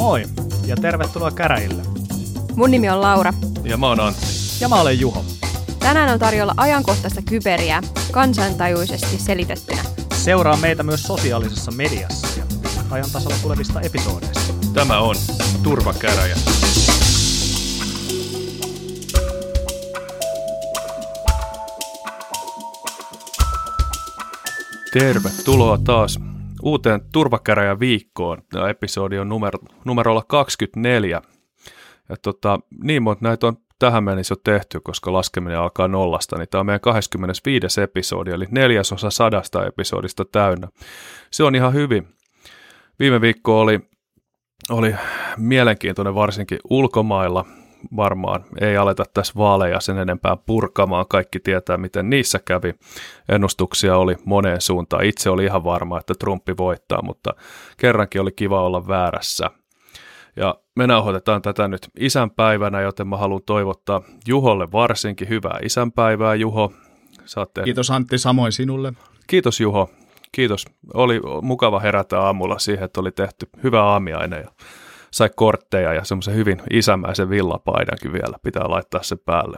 Moi ja tervetuloa käräjille. Mun nimi on Laura. Ja mä oon Antti. Ja mä olen Juho. Tänään on tarjolla ajankohtaista kyberiä kansantajuisesti selitettynä. Seuraa meitä myös sosiaalisessa mediassa ja ajan tasalla tulevista episoodeista. Tämä on Turvakäräjä. Tervetuloa taas uuteen Turvakäräjä viikkoon. Tämä episodi on numerolla 24. Ja niin monta näitä on tähän mennessä jo tehty, koska laskeminen alkaa nollasta, niin tämä on meidän 25. episodi, eli 1/4 100 episodista täynnä. Se on ihan hyvin. Viime viikko oli mielenkiintoinen varsinkin ulkomailla. Varmaan ei aleta tässä vaaleja sen enempää purkamaan. Kaikki tietää, miten niissä kävi. Ennustuksia oli moneen suuntaan. Itse oli ihan varma, että Trumpi voittaa, mutta kerrankin oli kiva olla väärässä. Ja me nauhoitetaan tätä nyt isänpäivänä, joten mä haluan toivottaa Juholle varsinkin hyvää isänpäivää, Juho. Kiitos Antti, samoin sinulle. Kiitos Juho, kiitos. Oli mukava herätä aamulla siihen, että oli tehty hyvä aamiainen ja sai kortteja ja semmoisen hyvin isämäisen villapaidankin vielä, pitää laittaa se päälle.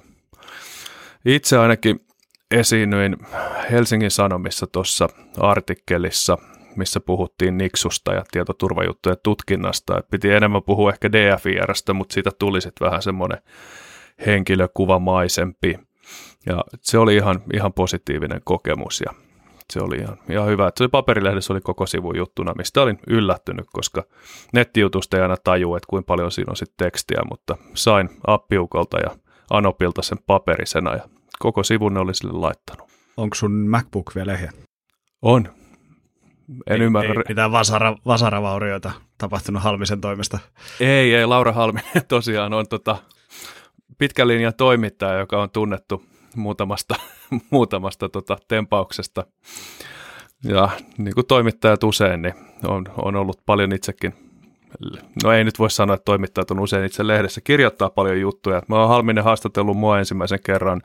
Itse ainakin esiinnyin Helsingin Sanomissa tuossa artikkelissa, missä puhuttiin Niksusta ja tietoturvajuttujen tutkinnasta. Et piti enemmän puhua ehkä DFIRstä, mutta siitä tuli sitten vähän semmoinen henkilökuvamaisempi. Ja se oli ihan positiivinen kokemus ja se oli ihan hyvä. Et se oli paperilehdessä oli koko sivun juttuna, mistä olin yllättynyt, koska nettijutusta ei aina tajua, että kuinka paljon siinä on sitten tekstiä, mutta sain appiukolta ja Anopilta sen paperisena ja koko sivun ne oli sille laittanut. Onko sun MacBook vielä ehjä? On. En ymmärrä. Ei mitään vasaravaurioita tapahtunut Halmisen toimesta. Ei, Laura Halminen tosiaan on pitkän linjan toimittaja, joka on tunnettu muutamasta tempauksesta. Ja niin kuin toimittajat usein, niin on ollut paljon itsekin, no ei nyt voi sanoa, että toimittajat on usein itse lehdessä, kirjoittaa paljon juttuja. Mä oon Halminen haastatellut mua ensimmäisen kerran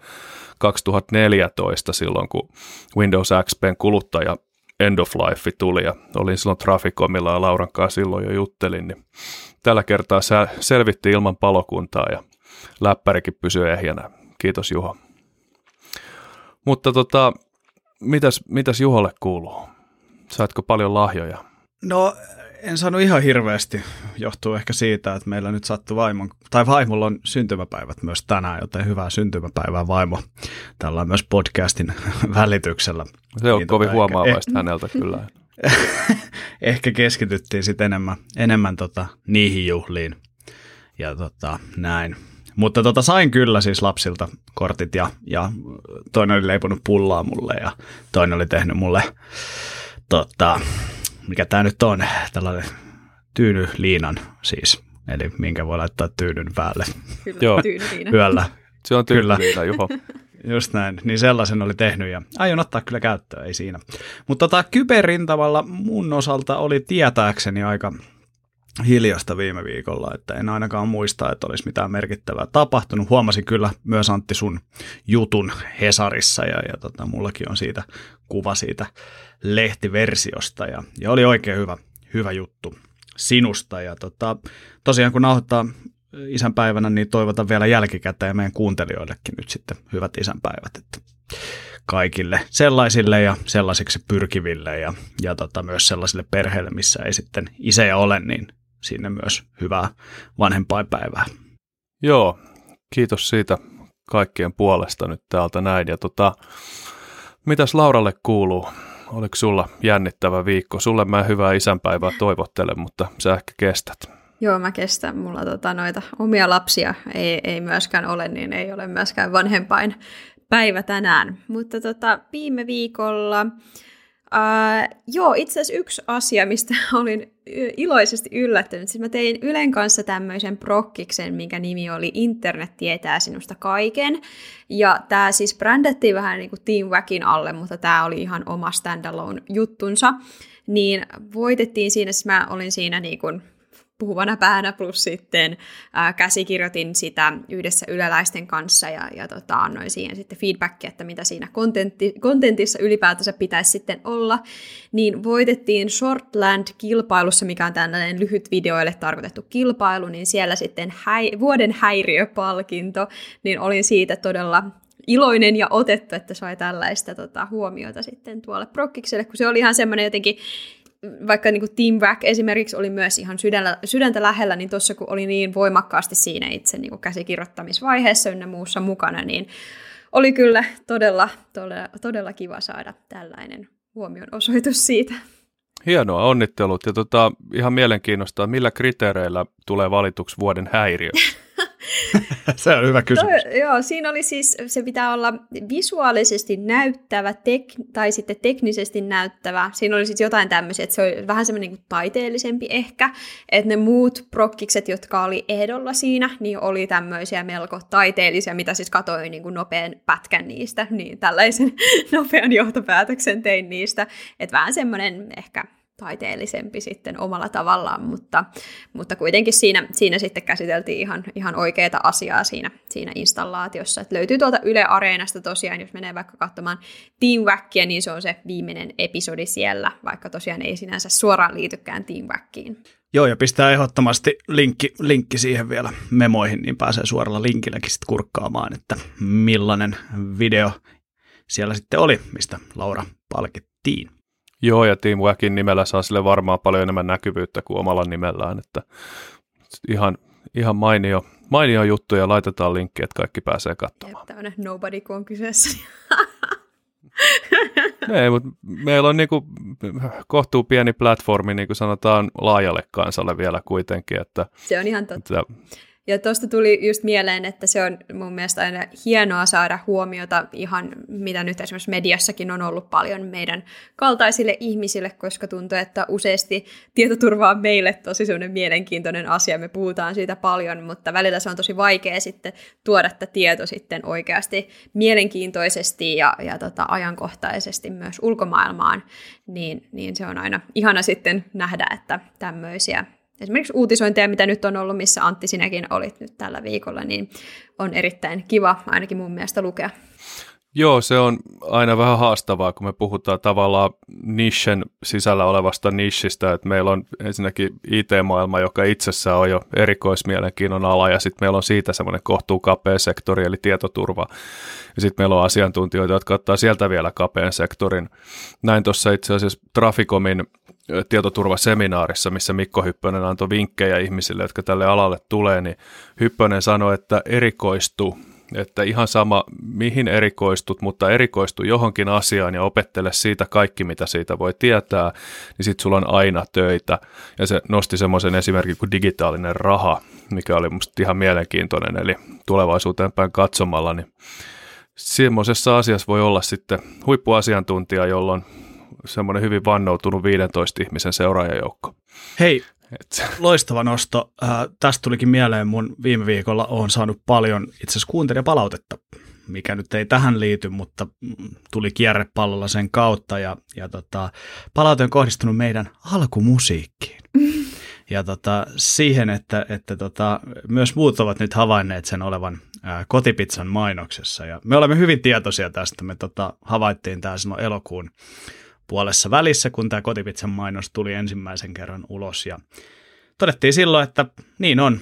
2014 silloin, kun Windows XP:n kuluttaja End of Life tuli ja olin silloin Traficomilla ja Lauran kanssa silloin jo juttelin, niin tällä kertaa selvittiin ilman palokuntaa ja läppärikin pysyi ehjänä. Kiitos Juho. Mutta mitäs Juholle kuuluu? Saatko paljon lahjoja? No en saanut ihan hirveästi, johtuu ehkä siitä, että meillä nyt sattui vaimolla on syntymäpäivät myös tänään, joten hyvää syntymäpäivää vaimo. Tällä on myös podcastin välityksellä. Se on niin kovin huomaavaista häneltä kyllä. Ehkä keskityttiin sitten enemmän niihin juhliin ja näin. Mutta sain kyllä siis lapsilta kortit ja toinen oli leiponut pullaa mulle ja toinen oli tehnyt mulle mikä tämä nyt on, tällainen tyynyliinan siis, eli minkä voi laittaa tyynyn päälle. Kyllä, tyynyliina. Yöllä. Se on tyynyliina, Juho. Just näin, niin sellaisen oli tehnyt ja aion ottaa kyllä käyttöön, ei siinä. Mutta kyberrintamalla mun osalta oli tietääkseni aika hiljasta viime viikolla, että en ainakaan muista, että olisi mitään merkittävää tapahtunut. Huomasin kyllä myös Antti sun jutun Hesarissa ja mullakin on siitä kuva siitä lehtiversiosta ja oli oikein hyvä juttu sinusta. Ja tosiaan kun nauhoittaa isänpäivänä, niin toivotan vielä jälkikäteen meidän kuuntelijoillekin nyt sitten hyvät isänpäivät, että kaikille sellaisille ja sellaisiksi pyrkiville ja myös sellaisille perheille, missä ei sitten isejä ole, niin sinne myös hyvää vanhempainpäivää. Joo, kiitos siitä kaikkien puolesta nyt täältä näin. Ja mitäs Lauralle kuuluu? Oliko sulla jännittävä viikko? Sulle mä hyvää isänpäivää toivottelen, mutta sä ehkä kestät. Joo, mä kestän. Mulla noita omia lapsia ei myöskään ole, niin ei ole myöskään vanhempain päivä tänään. Mutta viime viikolla, itse asiassa yksi asia, mistä olin iloisesti yllättynyt. Siis mä tein Ylen kanssa tämmöisen prokkiksen, minkä nimi oli Internet tietää sinusta kaiken. Ja tämä siis brändättiin vähän niin kuin Team Wackin alle, mutta tämä oli ihan oma standalone juttunsa. Niin voitettiin siinä, siis mä olin siinä niin kuin puhuvana päänä, plus sitten käsikirjoitin sitä yhdessä yleläisten kanssa ja annoin siihen sitten feedbackia, että mitä siinä kontentissa ylipäätänsä pitäisi sitten olla, niin voitettiin Shortland-kilpailussa, mikä on tällainen lyhyt videoille tarkoitettu kilpailu, niin siellä sitten vuoden häiriöpalkinto, niin olin siitä todella iloinen ja otettu, että sai tällaista huomiota sitten tuolle prokkikselle, kun se oli ihan semmoinen jotenkin, vaikka niin kuin Team Wack esimerkiksi oli myös ihan sydäntä lähellä, niin tuossa kun oli niin voimakkaasti siinä itse niin kuin käsikirjoittamisvaiheessa ynnä muussa mukana, niin oli kyllä todella kiva saada tällainen huomion osoitus siitä. Hienoa, onnittelut. Ja ihan mielenkiinnosta, millä kriteereillä tulee valituksi vuoden häiriö? Se on hyvä kysymys. Joo, siinä oli siis, se pitää olla visuaalisesti näyttävä tai sitten teknisesti näyttävä. Siinä oli sitten jotain tämmöisiä, että se oli vähän semmoinen niin kuin taiteellisempi ehkä, että ne muut prokkikset, jotka oli ehdolla siinä, niin oli tämmöisiä melko taiteellisia, mitä siis katsoin niin kuin nopean pätkän niistä, niin tällaisen nopean johtopäätöksen tein niistä, että vähän semmoinen ehkä taiteellisempi sitten omalla tavallaan, mutta kuitenkin siinä sitten käsiteltiin ihan oikeaa asiaa siinä installaatiossa. Et löytyy tuolta Yle Areenasta tosiaan, jos menee vaikka katsomaan Team Wackia, niin se on se viimeinen episodi siellä, vaikka tosiaan ei sinänsä suoraan liitykään Team Wackiin. Joo, ja pistää ehdottomasti linkki siihen vielä memoihin, niin pääsee suoralla linkilläkin sitten kurkkaamaan, että millainen video siellä sitten oli, mistä Laura palkittiin. Joo, ja Team Wackin nimellä saa sille varmaan paljon enemmän näkyvyyttä kuin omalla nimellään, että ihan mainio juttu, ja laitetaan linkki, että kaikki pääsee katsomaan. Tämmöinen nobody, kun on kyseessä. Ei, mutta meillä on niinku kohtuu pieni platformi, niin kuin sanotaan, laajalle kansalle vielä kuitenkin. Että, se on ihan totta. Ja tuosta tuli just mieleen, että se on mun mielestä aina hienoa saada huomiota ihan, mitä nyt esimerkiksi mediassakin on ollut paljon meidän kaltaisille ihmisille, koska tuntuu, että useasti tietoturva on meille tosi sellainen mielenkiintoinen asia, me puhutaan siitä paljon, mutta välillä se on tosi vaikea sitten tuoda tämä tieto sitten oikeasti mielenkiintoisesti ja ajankohtaisesti myös ulkomaailmaan, niin se on aina ihana sitten nähdä, että tämmöisiä esimerkiksi uutisointeja, mitä nyt on ollut, missä Antti sinäkin olit nyt tällä viikolla, niin on erittäin kiva ainakin mun mielestä lukea. Joo, se on aina vähän haastavaa, kun me puhutaan tavallaan nichen sisällä olevasta nichistä, että meillä on ensinnäkin IT-maailma, joka itsessään on jo erikoismielenkiinnon ala, ja sitten meillä on siitä semmoinen kohtuu kapea sektori, eli tietoturva, ja sitten meillä on asiantuntijoita, jotka ottaa sieltä vielä kapean sektorin. Näin tuossa itse asiassa Traficomin tietoturvaseminaarissa, missä Mikko Hyppönen antoi vinkkejä ihmisille, jotka tälle alalle tulee, niin Hyppönen sanoi, että erikoistu, että ihan sama mihin erikoistut, mutta erikoistu johonkin asiaan ja opettele siitä kaikki, mitä siitä voi tietää, niin sitten sulla on aina töitä. Ja se nosti semmoisen esimerkin kuin digitaalinen raha, mikä oli musta ihan mielenkiintoinen, eli tulevaisuuteen päin katsomalla, niin semmoisessa asiassa voi olla sitten huippuasiantuntija, jolla on semmoinen hyvin vannoutunut 15 ihmisen seuraajajoukko. Hei, loistava nosto. Tästä tulikin mieleen, mun viime viikolla olen saanut paljon itse asiassa kuuntelijapalautetta, mikä nyt ei tähän liity, mutta tuli kierrepallolla sen kautta ja palaute on kohdistunut meidän alkumusiikkiin. Ja siihen, että myös muut ovat nyt havainneet sen olevan Kotipizzan mainoksessa. Ja me olemme hyvin tietoisia tästä. Me havaittiin tämä silloin elokuun puolessa välissä, kun tämä Kotipizzan mainos tuli ensimmäisen kerran ulos. Ja todettiin silloin, että niin on.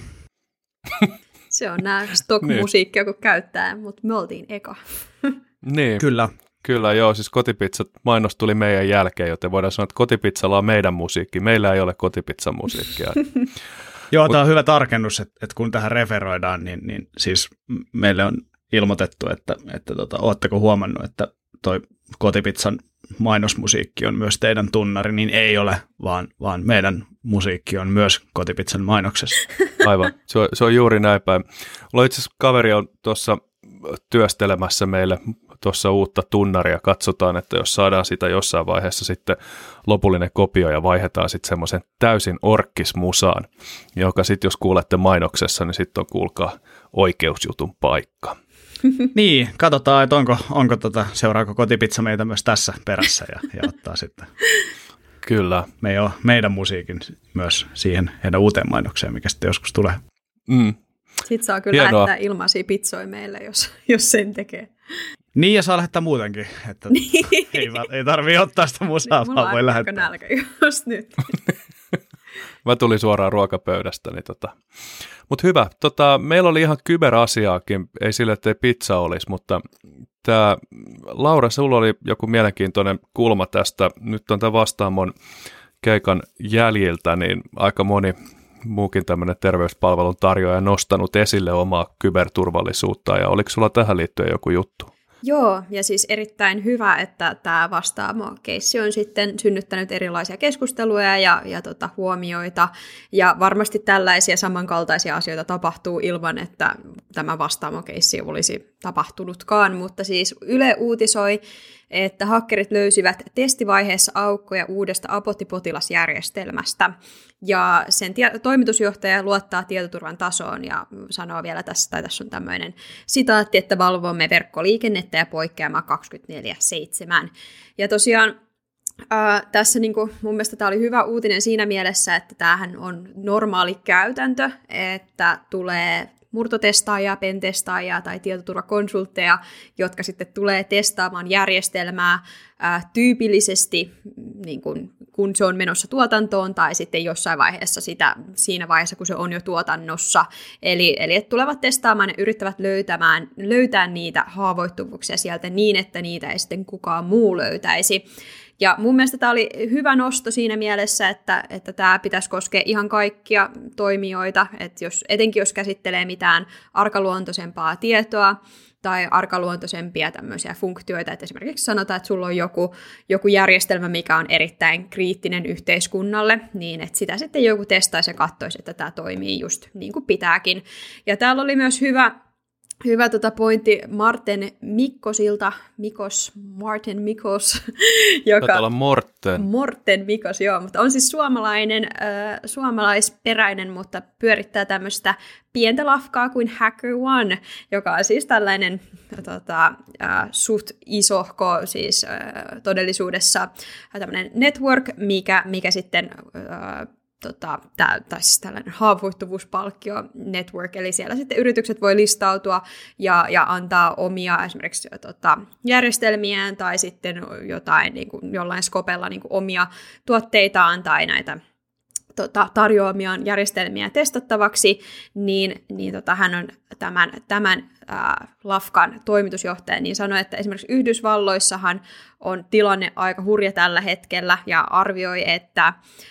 Se on nämä stock-musiikkia, kun käyttää, mutta me oltiin eka. Niin. Kyllä, joo, siis Kotipizza-mainos tuli meidän jälkeen, joten voidaan sanoa, että Kotipizzalla on meidän musiikki. Meillä ei ole Kotipizzan musiikkia. Joo, tämä on hyvä tarkennus, että kun tähän referoidaan, niin siis meille on ilmoitettu, että ootteko huomannut, että toi Kotipizzan mainosmusiikki on myös teidän tunnari, niin ei ole, vaan meidän musiikki on myös Kotipizzan mainoksessa. Aivan, se on juuri näin päin. Mulla itse asiassa kaveri on tuossa työstelemässä meille tuossa uutta tunnaria. Katsotaan, että jos saadaan sitä jossain vaiheessa sitten lopullinen kopio ja vaihdetaan sitten semmoisen täysin orkkismusaan, joka sitten jos kuulette mainoksessa, niin sitten on kuulkaa oikeusjutun paikka. Niin, katsotaan, että onko seuraako Kotipizza meitä myös tässä perässä ja ottaa sitten. Kyllä. Meidän musiikin myös siihen heidän uuteen mainokseen, mikä sitten joskus tulee. Sitten saa kyllä lähettää ilmaisia pizzoja meille, jos sen tekee. Niin, ja saa lähettää muutenkin. Että ei tarvitse ottaa sitä musaa, vaan voi lähettää. Mulla on nälkä just nyt. Mä tulin suoraan ruokapöydästä. Mutta hyvä. Meillä oli ihan kyberasiaakin, ei sille, ettei pizza olisi, mutta Laura, sulla oli joku mielenkiintoinen kulma tästä. Nyt on tämä Vastaamon keikan jäljiltä, niin aika moni muukin tämmöinen terveyspalvelun tarjoaja nostanut esille omaa kyberturvallisuutta, ja oliko sulla tähän liittyen joku juttu? Joo, ja siis erittäin hyvä, että tämä Vastaamo-keissi on sitten synnyttänyt erilaisia keskusteluja ja huomioita, ja varmasti tällaisia samankaltaisia asioita tapahtuu ilman, että tämä Vastaamo-keissi olisi tapahtunutkaan, mutta siis Yle uutisoi, että hakkerit löysivät testivaiheessa aukkoja uudesta Apotti-potilasjärjestelmästä, ja sen toimitusjohtaja luottaa tietoturvan tasoon ja sanoo vielä tässä on tämmöinen sitaatti, että valvomme verkkoliikennettä ja poikkeama 24/7. Ja tosiaan tässä mun mielestä tämä oli hyvä uutinen siinä mielessä, että tämähän on normaali käytäntö, että tulee murtotestaajia, pentestaajia tai tietoturvakonsultteja, jotka sitten tulee testaamaan järjestelmää tyypillisesti, niin kun se on menossa tuotantoon tai sitten jossain vaiheessa siinä vaiheessa, kun se on jo tuotannossa. Eli että tulevat testaamaan ja yrittävät löytää niitä haavoittuvuuksia sieltä niin, että niitä ei sitten kukaan muu löytäisi. Ja mun mielestä tämä oli hyvä nosto siinä mielessä, että tämä pitäisi koskea ihan kaikkia toimijoita, että etenkin jos käsittelee mitään arkaluontoisempaa tietoa tai arkaluontoisempia tämmöisiä funktioita, että esimerkiksi sanotaan, että sulla on joku järjestelmä, mikä on erittäin kriittinen yhteiskunnalle, niin että sitä sitten joku testaisi ja katsoisi, että tämä toimii just niin kuin pitääkin. Ja täällä oli myös hyvä pointti Martin Mikkosilta, Martin Mikkos, joka... Taitaa olla Morten Mikkos, joo, mutta on siis suomalaisperäinen, mutta pyörittää tämmöistä pientä lafkaa kuin HackerOne, joka on siis tällainen suht isohko, siis todellisuudessa tämmöinen network, mikä sitten... tai siis tällainen haavoittuvuuspalkkio network, eli siellä sitten yritykset voi listautua ja antaa omia esimerkiksi järjestelmiään tai sitten jotain niin kuin jollain skopella niin kuin omia tuotteitaan tai näitä tarjoamiaan järjestelmiä testattavaksi, niin hän on tämän Lafkan toimitusjohtaja, niin sanoi, että esimerkiksi Yhdysvalloissahan on tilanne aika hurja tällä hetkellä ja arvioi, että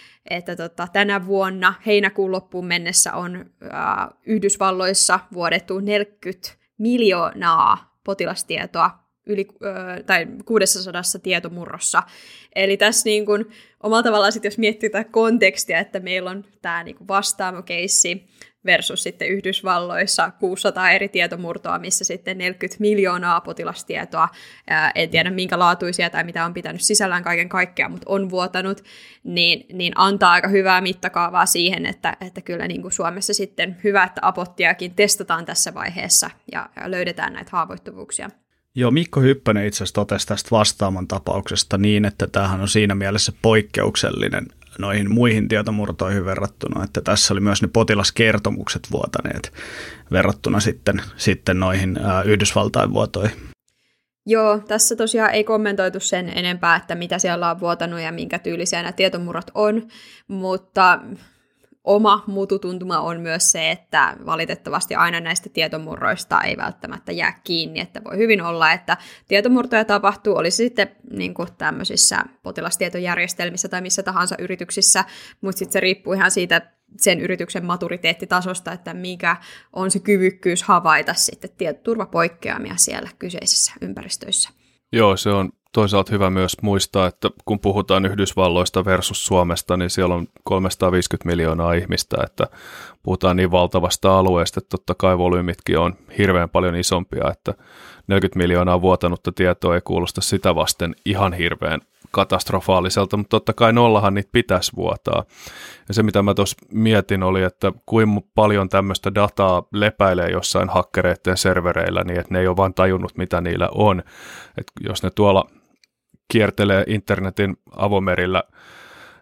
tänä vuonna heinäkuun loppuun mennessä on Yhdysvalloissa vuodettu 40 miljoonaa potilastietoa tai 600 tietomurrossa. Eli tässä niin kuin, omalla tavallaan sit, jos miettii tätä kontekstia, että meillä on tämä niin kuin Vastaamo-keissi versus sitten Yhdysvalloissa 600 eri tietomurtoa, missä sitten 40 miljoonaa potilastietoa, en tiedä minkä laatuisia tai mitä on pitänyt sisällään kaiken kaikkiaan, mutta on vuotanut, niin antaa aika hyvää mittakaavaa siihen, että kyllä niin kuin Suomessa sitten hyvä, että Apottiakin testataan tässä vaiheessa ja löydetään näitä haavoittuvuuksia. Joo, Mikko Hyppönen itse asiassa totesi tästä Vastaamon tapauksesta niin, että tämähän on siinä mielessä poikkeuksellinen noihin muihin tietomurtoihin verrattuna, että tässä oli myös ne potilaskertomukset vuotaneet verrattuna sitten noihin Yhdysvaltain vuotoihin. Joo, tässä tosiaan ei kommentoitu sen enempää, että mitä siellä on vuotanut ja minkä tyylisiä nämä tietomurrot on, mutta oma mututuntuma on myös se, että valitettavasti aina näistä tietomurroista ei välttämättä jää kiinni, että voi hyvin olla, että tietomurtoja tapahtuu, olisi sitten niin kuin tämmöisissä potilastietojärjestelmissä tai missä tahansa yrityksissä, mutta sitten se riippuu ihan siitä sen yrityksen maturiteettitasosta, että mikä on se kyvykkyys havaita sitten tietoturvapoikkeamia siellä kyseisissä ympäristöissä. Joo, se on toisaalta hyvä myös muistaa, että kun puhutaan Yhdysvalloista versus Suomesta, niin siellä on 350 miljoonaa ihmistä, että puhutaan niin valtavasta alueesta, että totta kai volyymitkin on hirveän paljon isompia, että 40 miljoonaa vuotanutta tietoa ei kuulosta sitä vasten ihan hirveän katastrofaaliselta, mutta totta kai nollahan niitä pitäisi vuotaa. Ja se, mitä mä tuossa mietin, oli, että kuinka paljon tämmöistä dataa lepäilee jossain hakkereiden servereillä, niin että ne ei ole vaan tajunnut, mitä niillä on. Että jos ne tuolla kiertelee internetin avomerillä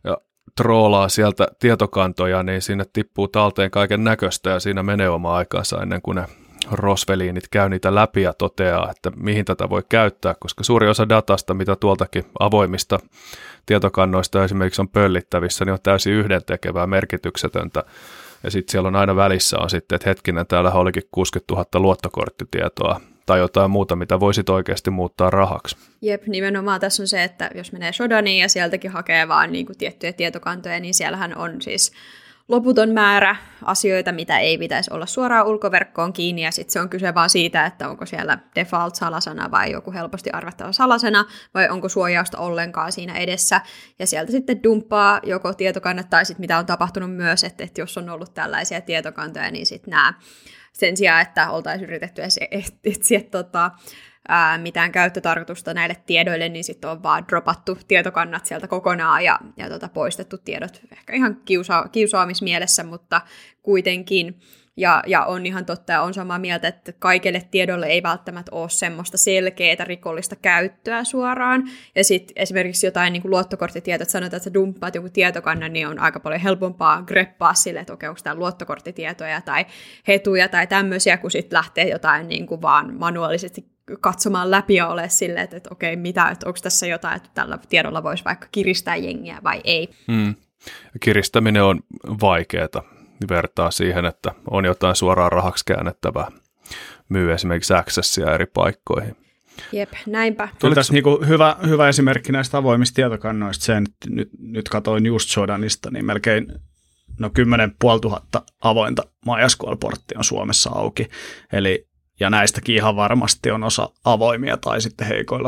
troolaa sieltä tietokantoja, niin sinne tippuu talteen kaiken näköistä ja siinä menee oma aikansa ennen kuin ne Roswellinit käy niitä läpi ja toteaa, että mihin tätä voi käyttää, koska suuri osa datasta, mitä tuoltakin avoimista tietokannoista esimerkiksi on pöllittävissä, niin on täysin yhdentekevää, merkityksetöntä. Ja sitten siellä on aina välissä on sitten, että hetkinen, täällä olikin 60 000 luottokorttitietoa tai jotain muuta, mitä voisit oikeasti muuttaa rahaksi. Jep, nimenomaan tässä on se, että jos menee Shodaniin ja sieltäkin hakee vaan niin kuin tiettyjä tietokantoja, niin siellähän on siis loputon määrä asioita, mitä ei pitäisi olla suoraan ulkoverkkoon kiinni, ja sitten se on kyse vaan siitä, että onko siellä default-salasana vai joku helposti arvattava salasana, vai onko suojausta ollenkaan siinä edessä, ja sieltä sitten dumppaa joko tietokannat, tai sitten mitä on tapahtunut myös, että jos on ollut tällaisia tietokantoja, niin sitten nämä sen sijaan, että oltaisiin yritetty etsiä mitään käyttötarkoitusta näille tiedoille, niin sitten on vaan dropattu tietokannat sieltä kokonaan ja poistettu tiedot ehkä ihan kiusaamismielessä, mutta kuitenkin. Ja on ihan totta ja on samaa mieltä, että kaikille tiedolle ei välttämättä ole semmoista selkeää rikollista käyttöä suoraan. Ja sitten esimerkiksi jotain niin kuin luottokorttitiedot, sanotaan, että sä dumppaat joku tietokannan, niin on aika paljon helpompaa greppaa sille, että okei, onko tämä luottokorttitietoja tai hetuja tai tämmöisiä, kun sitten lähtee jotain niin kuin vaan manuaalisesti katsomaan läpi ja ole silleen, että okei, mitä, että onko tässä jotain, että tällä tiedolla voisi vaikka kiristää jengiä vai ei. Kiristäminen on vaikeaa. Vertaa siihen, että on jotain suoraan rahaksi käännettävää. Myy esimerkiksi accessia eri paikkoihin. Jep, näinpä. Tuli tässä niinku hyvä esimerkki näistä avoimista tietokannoista sen, että nyt katsoin just Shodanista, niin melkein 10 500 avointa MySQL-porttia on Suomessa auki. Ja näistäkin ihan varmasti on osa avoimia tai sitten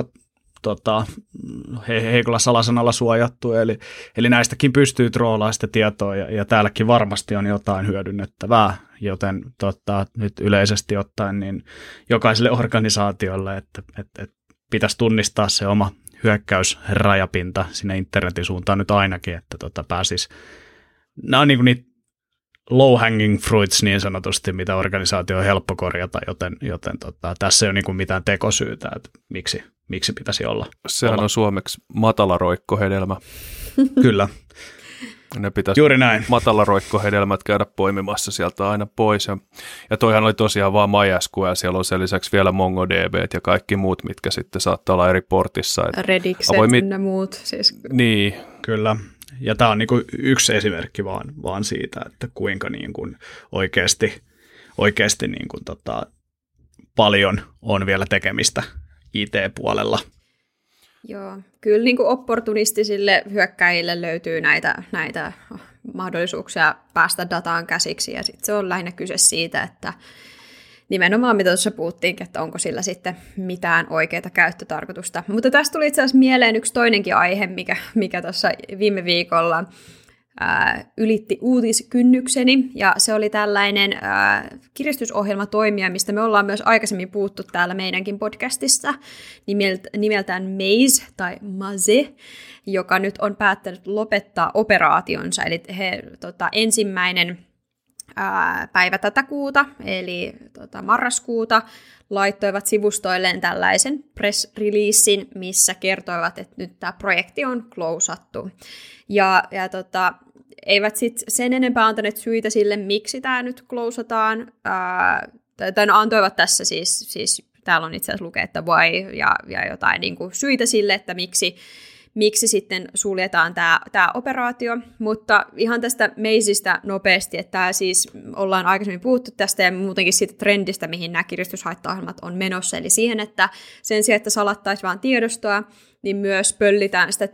heikolla salasanalla suojattu, eli näistäkin pystyy troolaamaan sitä tietoa, ja täälläkin varmasti on jotain hyödynnettävää, joten nyt yleisesti ottaen niin jokaiselle organisaatiolle, että pitäisi tunnistaa se oma hyökkäysrajapinta sinne internetin suuntaan nyt ainakin, että pääsisi, nämä on niitä low hanging fruits niin sanotusti, mitä organisaatio on helppo korjata, joten tässä ei ole mitään tekosyytä, että miksi pitäisi olla. Sehän on suomeksi matalaroikkohedelmä. Kyllä. Ne pitäisi juuri näin. Matalaroikkohedelmät käydä poimimassa sieltä aina pois. Ja toihan oli tosiaan vaan MySQL, siellä on sen lisäksi vielä MongoDB ja kaikki muut, mitkä sitten saattaa olla eri portissa. Redixet ja muut. Siis. Niin. Kyllä. Ja tämä on yksi esimerkki vaan siitä, että kuinka oikeasti paljon on vielä tekemistä IT-puolella. Joo, kyllä opportunistisille hyökkäjille löytyy näitä mahdollisuuksia päästä dataan käsiksi, ja sitten se on lähinnä kyse siitä, että nimenomaan mitä tuossa puhuttiinkin, että onko sillä sitten mitään oikeaa käyttötarkoitusta. Mutta tästä tuli itse asiassa mieleen yksi toinenkin aihe, mikä tuossa viime viikolla ylitti uutiskynnykseni, ja se oli tällainen kiristysohjelmatoimija, mistä me ollaan myös aikaisemmin puhuttu täällä meidänkin podcastissa, nimeltään Maze tai Maze, joka nyt on päättänyt lopettaa operaationsa, eli he ensimmäinen päivä tätä kuuta, eli marraskuuta, laittoivat sivustoilleen tällaisen press-releasin, missä kertoivat, että nyt tämä projekti on klousattu. Ja eivät sitten sen enempää antaneet syitä sille, miksi tämä nyt klousataan, tai antoivat tässä siis täällä on itse asiassa lukee, että why, ja jotain niin kuin syitä sille, että miksi sitten suljetaan tämä operaatio, mutta ihan tästä Mazeista nopeasti, että tämä siis ollaan aikaisemmin puhuttu tästä ja muutenkin siitä trendistä, mihin nämä kiristyshaittaohjelmat on menossa, eli siihen, että sen sijaan, että salattaisiin vain tiedostoa, niin myös pöllitään sitä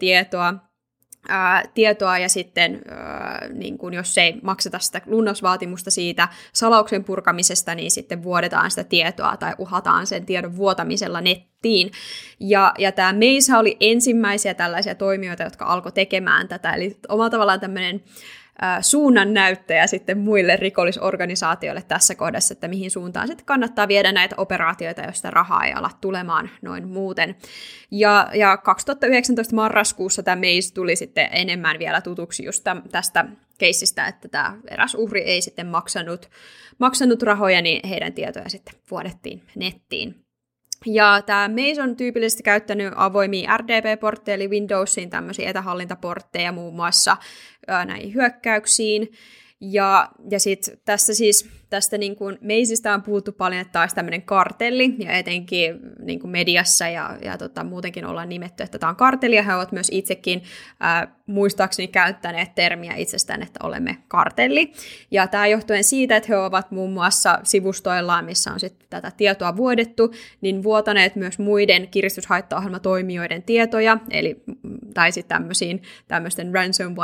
tietoa ja sitten niin kun jos ei makseta sitä lunnausvaatimusta siitä salauksen purkamisesta, niin sitten vuodetaan sitä tietoa tai uhataan sen tiedon vuotamisella nettiin. Ja tämä Maze oli ensimmäisiä tällaisia toimijoita, jotka alkoi tekemään tätä, eli omalla tavallaan tämmöinen suunnannäyttäjä sitten muille rikollisorganisaatioille tässä kohdassa, että mihin suuntaan sitten kannattaa viedä näitä operaatioita, joista rahaa ei ala tulemaan noin muuten. Ja 2019 marraskuussa tämä Maze tuli sitten enemmän vielä tutuksi just tästä keissistä, että tämä eräs uhri ei sitten maksanut rahoja, niin heidän tietoja sitten vuodettiin nettiin. Ja tämä Maze on tyypillisesti käyttänyt avoimia RDP-portteja, eli Windowsiin tämmöisiä etähallintaportteja muun muassa näihin hyökkäyksiin. Ja sitten tästä niin kuin Mazeista on puhuttu paljon, että tämä olisi tämmöinen kartelli, ja etenkin niin kuin mediassa ja muutenkin ollaan nimetty, että tämä on kartelli, ja he ovat myös itsekin muistaakseni käyttäneet termiä itsestään, että olemme kartelli. Ja tämä johtuen siitä, että he ovat muun muassa sivustoillaan, missä on sitten tätä tietoa vuodettu, niin vuotaneet myös muiden kiristyshaittaohjelmatoimijoiden tietoja, tai sitten tämmöisten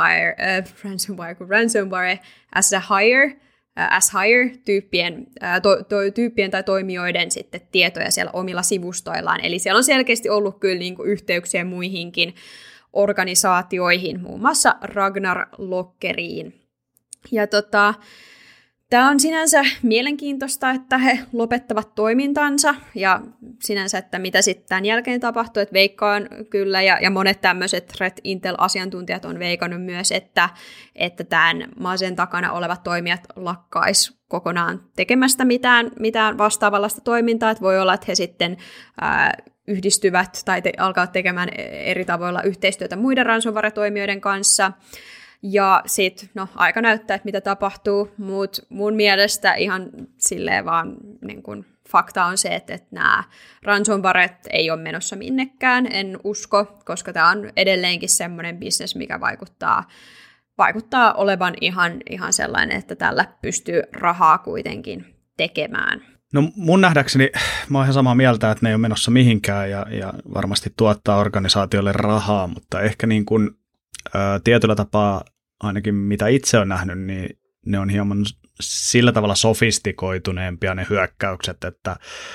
ransomware as hire-tyyppien tai toimijoiden sitten tietoja siellä omilla sivustoillaan. Eli siellä on selkeästi ollut kyllä niin kuin yhteyksiä muihinkin organisaatioihin, muun muassa Ragnar Lockeriin. Ja tämä on sinänsä mielenkiintoista, että he lopettavat toimintansa ja sinänsä, että mitä sitten tämän jälkeen tapahtuu, että veikkaan kyllä ja monet tämmöiset Threat Intel-asiantuntijat on veikannut myös, että tämän Mazen takana olevat toimijat lakkaisi kokonaan tekemästä mitään vastaavallista toimintaa, että voi olla, että he sitten yhdistyvät tai alkavat tekemään eri tavoilla yhteistyötä muiden ransomware-toimijoiden kanssa. Ja sitten, aika näyttää, että mitä tapahtuu, mutta mun mielestä ihan silleen vaan niin kun fakta on se, että nämä ransomwaret ei ole menossa minnekään, en usko, koska tämä on edelleenkin semmoinen bisnes, mikä vaikuttaa olevan ihan sellainen, että tällä pystyy rahaa kuitenkin tekemään. No mun nähdäkseni, mä oon ihan samaa mieltä, että ne ei ole menossa mihinkään ja varmasti tuottaa organisaatiolle rahaa, mutta ehkä niin kuin tietyllä tapaa, ainakin mitä itse olen nähnyt, niin ne on hieman sillä tavalla sofistikoituneempia ne hyökkäykset, että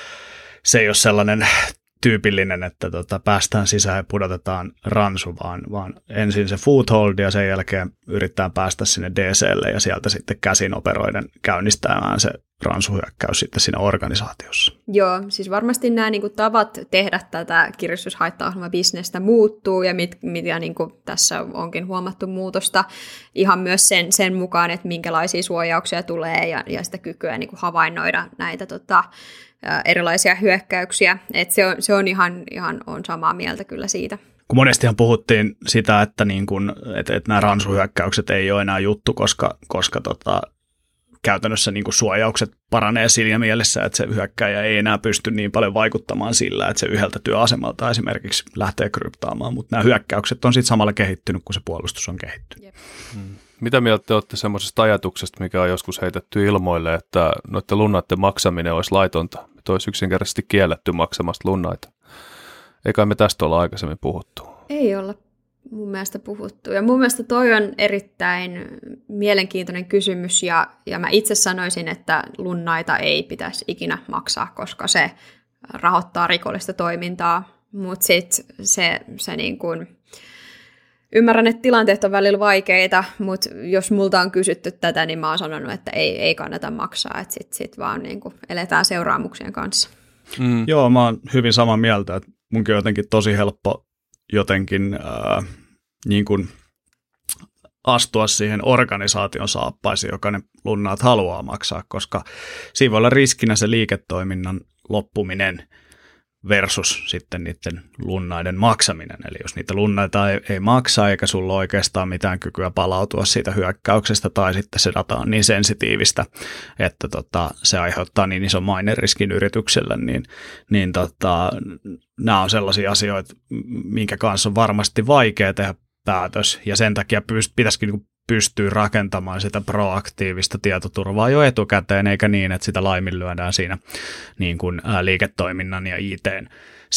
se ei ole sellainen tyypillinen, että päästään sisään ja pudotetaan ransu, vaan ensin se foothold ja sen jälkeen yrittää päästä sinne DC:lle ja sieltä sitten käsin operoiden käynnistämään se ransuhyökkäys sitten siinä organisaatiossa. Joo, siis varmasti nämä niin kuin, tavat tehdä tätä kiristyshaittaohjelmabisnestä muuttuu ja mitä niin kuin, tässä onkin huomattu muutosta ihan myös sen mukaan, että minkälaisia suojauksia tulee ja sitä kykyä niin kuin, havainnoida näitä erilaisia hyökkäyksiä. Et se on ihan on samaa mieltä kyllä siitä. Kun monestihan puhuttiin sitä, että, niin kun, että nämä ransuhyökkäykset ei ole enää juttu, koska käytännössä niin kuin suojaukset paranee siinä mielessä, että se hyökkäjä ei enää pysty niin paljon vaikuttamaan sillä, että se yhdeltä työasemalta esimerkiksi lähtee kryptaamaan, mutta nämä hyökkäykset on sitten samalla kehittynyt, kun se puolustus on kehittynyt. Yep. Mitä mieltä te olette semmoisesta ajatuksesta, mikä on joskus heitetty ilmoille, että noiden lunnaiden maksaminen olisi laitonta, että olisi yksinkertaisesti kielletty maksamasta lunnaita? Eikä me tästä olla aikaisemmin puhuttu. Ei olla mun mielestä puhuttu. Ja mun mielestä toi on erittäin mielenkiintoinen kysymys, ja mä itse sanoisin, että lunnaita ei pitäisi ikinä maksaa, koska se rahoittaa rikollista toimintaa. Mutta sitten se niin kuin ymmärrän, että tilanteet on välillä vaikeita, mutta jos multa on kysytty tätä, niin mä oon sanonut, että ei kannata maksaa, että sit vaan niin kuin eletään seuraamuksien kanssa. Mm. Joo, mä oon hyvin samaa mieltä, että munkin on jotenkin tosi helppo jotenkin niin kuin astua siihen organisaation saappaisiin, joka ne lunnaat haluaa maksaa, koska siinä voi olla riskinä se liiketoiminnan loppuminen versus sitten niiden lunnaiden maksaminen. Eli jos niitä lunnaita ei maksa eikä sulla ole oikeastaan mitään kykyä palautua siitä hyökkäyksestä tai sitten se data on niin sensitiivistä, että se aiheuttaa niin ison maineriskin yritykselle, niin nämä on sellaisia asioita, minkä kanssa on varmasti vaikea tehdä päätös ja sen takia pitäisikin pystyy rakentamaan sitä proaktiivista tietoturvaa jo etukäteen, eikä niin, että sitä laiminlyödään siinä niin kuin liiketoiminnan ja IT:n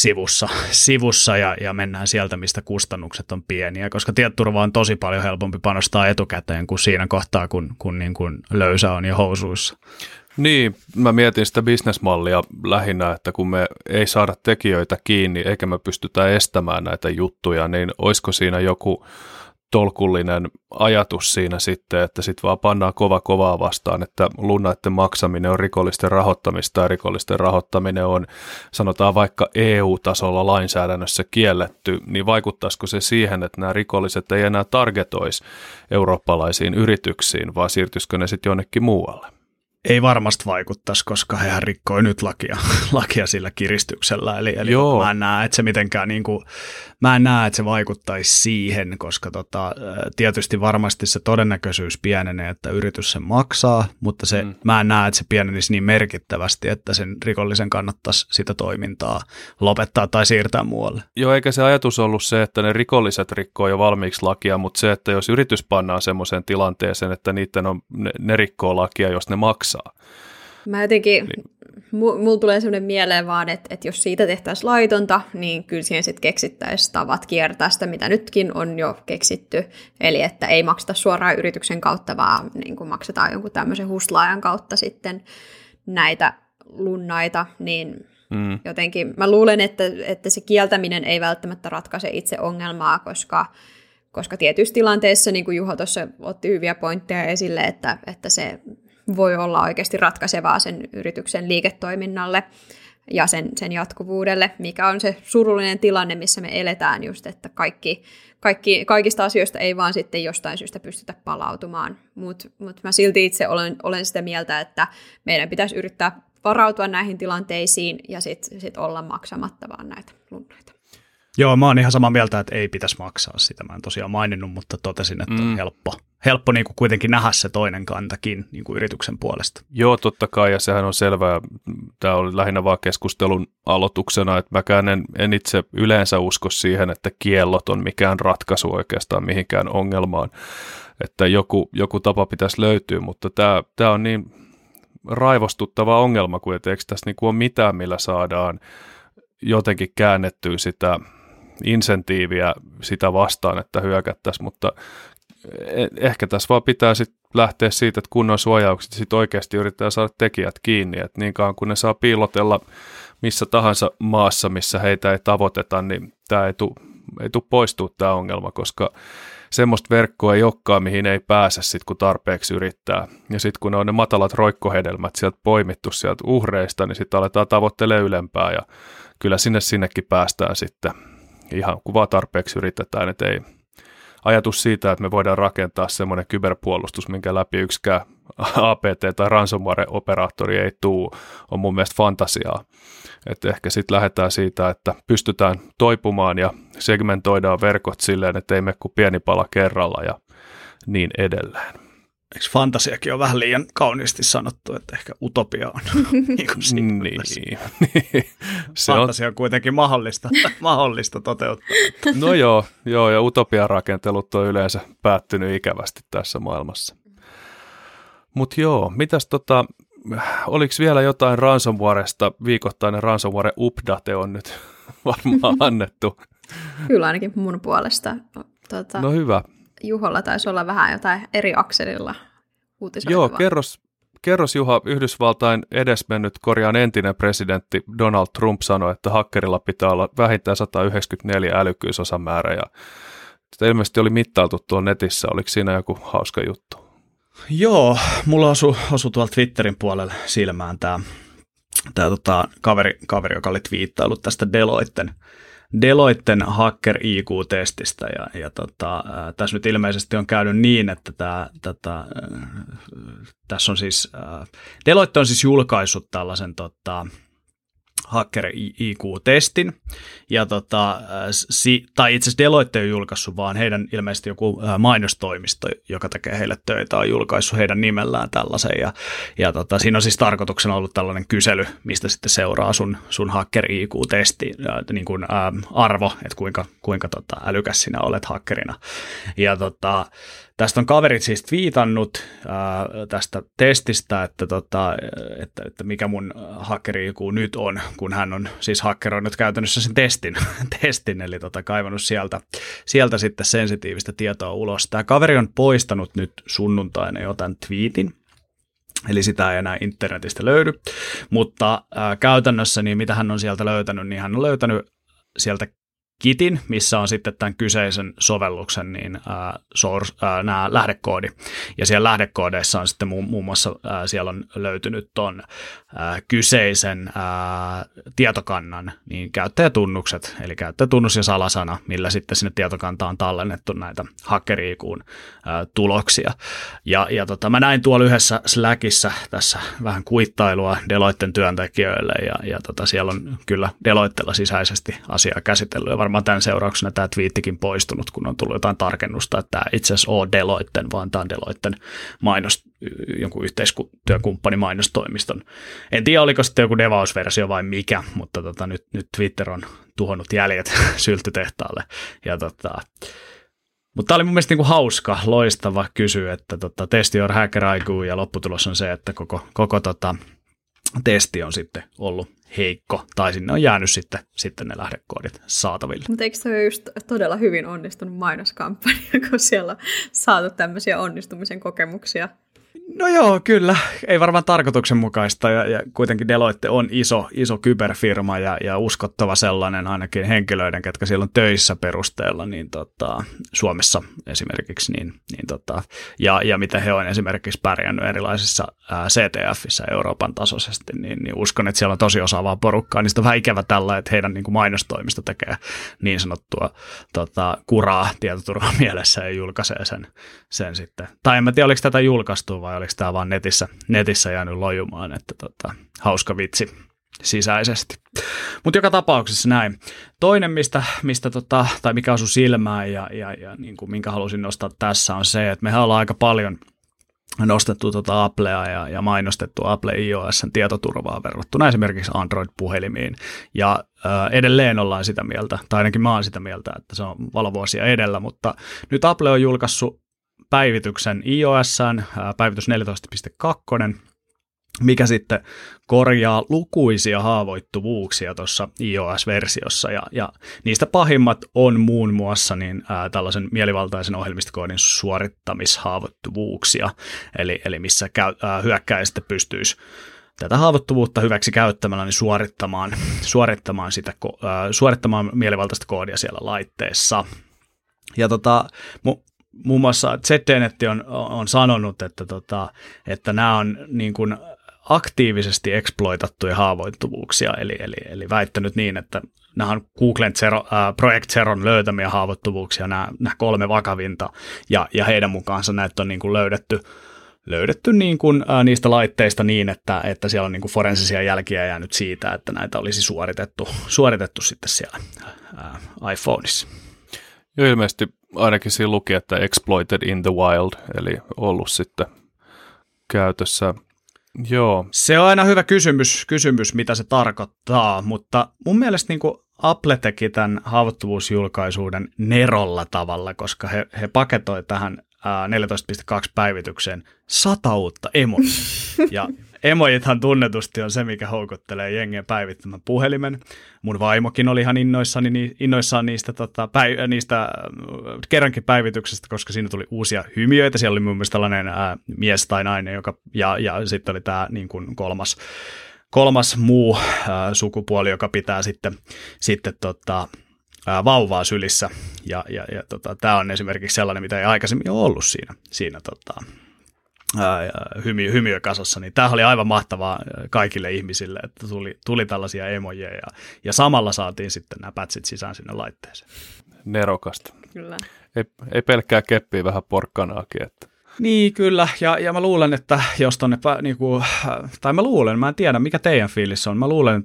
sivussa ja mennään sieltä, mistä kustannukset on pieniä, koska tietoturva on tosi paljon helpompi panostaa etukäteen kuin siinä kohtaa, kun niin kuin löysä on jo housuissa. Niin, mä mietin sitä bisnesmallia lähinnä, että kun me ei saada tekijöitä kiinni, eikä me pystytä estämään näitä juttuja, niin olisiko siinä joku tolkullinen ajatus siinä sitten, että sitten vaan pannaan kovaa vastaan, että lunnaiden maksaminen on rikollisten rahoittamista ja rikollisten rahoittaminen on, sanotaan vaikka EU-tasolla lainsäädännössä kielletty, niin vaikuttaisiko se siihen, että nämä rikolliset ei enää targetoisi eurooppalaisiin yrityksiin, vaan siirtyisikö ne sitten jonnekin muualle? Ei varmasti vaikuttaisi, koska hehän rikkoi nyt lakia sillä kiristyksellä. Eli mä en näe, että se mitenkään mä en näe, että se vaikuttaisi siihen, koska tietysti varmasti se todennäköisyys pienenee, että yritys sen maksaa, mutta mä en näe, että se pienenisi niin merkittävästi, että sen rikollisen kannattaisi sitä toimintaa lopettaa tai siirtää muualle. Joo, eikä se ajatus ollut se, että ne rikolliset rikkoo jo valmiiksi lakia, mutta se, että jos yritys pannaan semmoiseen tilanteeseen, että ne rikkoo lakia, jos ne maksaa. Mä jotenkin, mulla tulee sellainen mieleen vaan, että jos siitä tehtäisiin laitonta, niin kyllä siihen sitten keksittäisiin tavat kiertää sitä, mitä nytkin on jo keksitty. Eli että ei makseta suoraan yrityksen kautta, vaan niin kuin maksetaan jonkun tämmöisen huslaajan kautta sitten näitä lunnaita, niin jotenkin mä luulen, että se kieltäminen ei välttämättä ratkaise itse ongelmaa, koska tietyissä tilanteissa, niin kuin Juho tuossa otti hyviä pointteja esille, että se voi olla oikeasti ratkaisevaa sen yrityksen liiketoiminnalle ja sen jatkuvuudelle, mikä on se surullinen tilanne, missä me eletään just, että kaikista asioista ei vaan sitten jostain syystä pystytä palautumaan. Mut mä silti itse olen sitä mieltä, että meidän pitäisi yrittää varautua näihin tilanteisiin ja sit olla maksamatta vaan näitä lunnaita. Joo, mä oon ihan samaa mieltä, että ei pitäisi maksaa sitä. Mä en tosiaan maininnut, mutta totesin, että on helppo niin kuin kuitenkin nähdä se toinen kantakin niin kuin yrityksen puolesta. Joo, totta kai, ja sehän on selvää. Tämä oli lähinnä vaan keskustelun aloituksena, että mäkään en itse yleensä usko siihen, että kiellot on mikään ratkaisu oikeastaan mihinkään ongelmaan. Että joku tapa pitäisi löytyä, mutta tämä on niin raivostuttava ongelma, kun eikö tässä niin kuin ole mitään, millä saadaan jotenkin käännettyä sitä insentiiviä sitä vastaan, että hyökättäisiin, mutta ehkä tässä vaan pitää sitten lähteä siitä, että kunnon suojaukset sitten oikeasti yrittää saada tekijät kiinni, että niin kauan kun ne saa piilotella missä tahansa maassa, missä heitä ei tavoiteta, niin tämä ei tule poistua tämä ongelma, koska semmoista verkkoa ei olekaan, mihin ei pääse sitten, kun tarpeeksi yrittää. Ja sitten kun ne on ne matalat roikkohedelmät sieltä poimittu sieltä uhreista, niin sitten aletaan tavoittelemaan ylempää ja kyllä sinnekin päästään sitten ihan kun vaan tarpeeksi yritetään, että ei ajatus siitä, että me voidaan rakentaa semmoinen kyberpuolustus, minkä läpi yksikään APT- tai ransomware-operaattori ei tule, on mun mielestä fantasiaa. Että ehkä sitten lähdetään siitä, että pystytään toipumaan ja segmentoidaan verkot silleen, että ei mene kuin pieni pala kerralla ja niin edelleen. Eikö fantasiakin on vähän liian kauniisti sanottu, että ehkä utopia on niin. Fantasia on kuitenkin mahdollista toteuttaa. No joo, ja utopian rakentelut on yleensä päättynyt ikävästi tässä maailmassa. Mutta joo, mitäs oliko vielä jotain ransomwaresta? Viikoittainen ransomware update on nyt varmaan annettu. Kyllä ainakin mun puolesta. No hyvä. Juholla taisi olla vähän jotain eri akselilla uutisoitavaa. Joo, kerros Juha, Yhdysvaltain edesmennyt entinen presidentti Donald Trump sanoi, että hakkerilla pitää olla vähintään 194 älykkyysosamäärä ja sitä ilmeisesti oli mittailtu tuolla netissä. Oliko siinä joku hauska juttu? Joo, mulla osui tuolla Twitterin puolella silmään tämä kaveri, joka oli twiittaillut tästä Deloitten Hacker IQ-testistä ja tässä nyt ilmeisesti on käynyt niin, että tässä on siis Deloitte on siis julkaissut tällaisen Hacker IQ-testin, ja tai itse asiassa Deloitte ei ole julkaissut, vaan heidän ilmeisesti joku mainostoimisto, joka tekee heille töitä, on julkaissut heidän nimellään tällaisen, ja siinä on siis tarkoituksena ollut tällainen kysely, mistä sitten seuraa sun Hacker IQ-testi, niin kuin arvo, että kuinka älykäs sinä olet hakkerina, ja tästä on kaverit siis twiitannut tästä testistä, että mikä mun hackeri-IQ nyt on, kun hän on siis hakkeroinut käytännössä sen testin eli kaivannut sieltä sitten sensitiivistä tietoa ulos. Tämä kaveri on poistanut nyt sunnuntaina jo tämän twiitin, eli sitä ei enää internetistä löydy, mutta käytännössä niin mitä hän on sieltä löytänyt, niin hän on löytänyt sieltä kitin, missä on sitten tämän kyseisen sovelluksen niin, nämä lähdekoodi. Ja siellä lähdekoodeissa on sitten muun muassa, siellä on löytynyt ton kyseisen tietokannan niin käyttäjätunnukset, eli käyttäjätunnus ja salasana, millä sitten sinne tietokantaan on tallennettu näitä hakkeri-IQ:n tuloksia. Ja mä näin tuolla yhdessä Slackissa tässä vähän kuittailua Deloitten työntekijöille, ja siellä on kyllä Deloittella sisäisesti asiaa käsitellyt, ja varmaan tämän seurauksena tämä twiittikin poistunut, kun on tullut jotain tarkennusta, että tämä itse asiassa ole Deloitten, vaan tämä on Deloitten jonkun yhteistyökumppani mainostoimiston. En tiedä, oliko sitten joku devausversio vai mikä, mutta nyt Twitter on tuhonnut jäljet syltytehtaalle. Mutta tämä oli mun mielestä niinku hauska, loistava kysyä, että test your hacker IQ, ja lopputulos on se, että koko testi on sitten ollut heikko, tai sinne on jäänyt sitten ne lähdekoodit saataville. Mutta eikö se ole just todella hyvin onnistunut mainoskampanja, kun siellä on saatu tämmöisiä onnistumisen kokemuksia? No joo, kyllä. Ei varmaan tarkoituksenmukaista, ja kuitenkin Deloitte on iso kyberfirma ja uskottava sellainen ainakin henkilöiden, ketkä siellä on töissä perusteella, niin Suomessa esimerkiksi, ja mitä he on esimerkiksi pärjännyt erilaisissa CTFissä Euroopan tasoisesti, niin uskon, että siellä on tosi osaavaa porukkaa, niin sitä on vähän ikävä tällä, että heidän niin kuin mainostoimisto tekee niin sanottua kuraa tietoturvan mielessä ja julkaisee sen sitten. Tai en mä tiedä, oliko tätä julkaistu vai oliko tämä vaan netissä jäänyt lojumaan, että hauska vitsi sisäisesti. Mutta joka tapauksessa näin. Toinen, tai mikä osui silmään ja niin kuin minkä halusin nostaa tässä on se, että mehän ollaan aika paljon nostettu Applea ja mainostettu Apple iOS:n tietoturvaa verrattuna esimerkiksi Android-puhelimiin. Ja edelleen ollaan sitä mieltä, tai ainakin mä oon sitä mieltä, että se on valovuosia edellä, mutta nyt Apple on julkaissut päivityksen iOS:ään, päivitys 14.2, mikä sitten korjaa lukuisia haavoittuvuuksia tuossa iOS-versiossa, ja niistä pahimmat on muun muassa tällaisen mielivaltaisen ohjelmistokoodin suorittamishaavoittuvuuksia, eli missä hyökkääjä sitten pystyisi tätä haavoittuvuutta hyväksi käyttämällä niin suorittamaan mielivaltaista koodia siellä laitteessa. Ja muun muassa ZDNet on sanonut, että nämä on niin kuin aktiivisesti exploitattuja haavoittuvuuksia, eli väittänyt niin, että nämä on Googlen Project Zeron löytämiä haavoittuvuuksia, nämä 3 vakavinta, ja heidän mukaansa näitä on niin kuin löydetty niin kuin, niistä laitteista niin, että siellä on niin kuin forensisia jälkiä jäänyt siitä, että näitä olisi suoritettu sitten siellä iPhoneissa. Jo ilmeisesti ainakin siinä luki, että exploited in the wild, eli ollut sitten käytössä. Joo. Se on aina hyvä kysymys, mitä se tarkoittaa, mutta mun mielestä niin kuin Apple teki tämän haavoittuvuusjulkaisuuden nerolla tavalla, koska he paketoi tähän 14.2 päivitykseen 100 uutta emoja. Ja emojithan tunnetusti on se, mikä houkuttelee jengiä päivittämään puhelimen. Mun vaimokin oli ihan innoissaan niistä kerrankin päivityksestä, koska siinä tuli uusia hymiöitä. Siellä oli mun mielestä tällainen mies tai nainen, ja sitten oli tämä niin kuin kolmas muu sukupuoli, joka pitää sitten vauvaa sylissä. Ja tämä on esimerkiksi sellainen, mitä ei aikaisemmin ole ollut siinä hymiökasassa, niin tämä oli aivan mahtavaa kaikille ihmisille, että tuli tällaisia emojeja ja samalla saatiin sitten nämä patchit sisään sinne laitteeseen. Nerokasta. Kyllä. Ei pelkkää keppiä, vähän porkkanaakin. Että. Niin, kyllä, ja mä luulen, että jos tonne, mä en tiedä, mikä teidän fiilis on, mä luulen,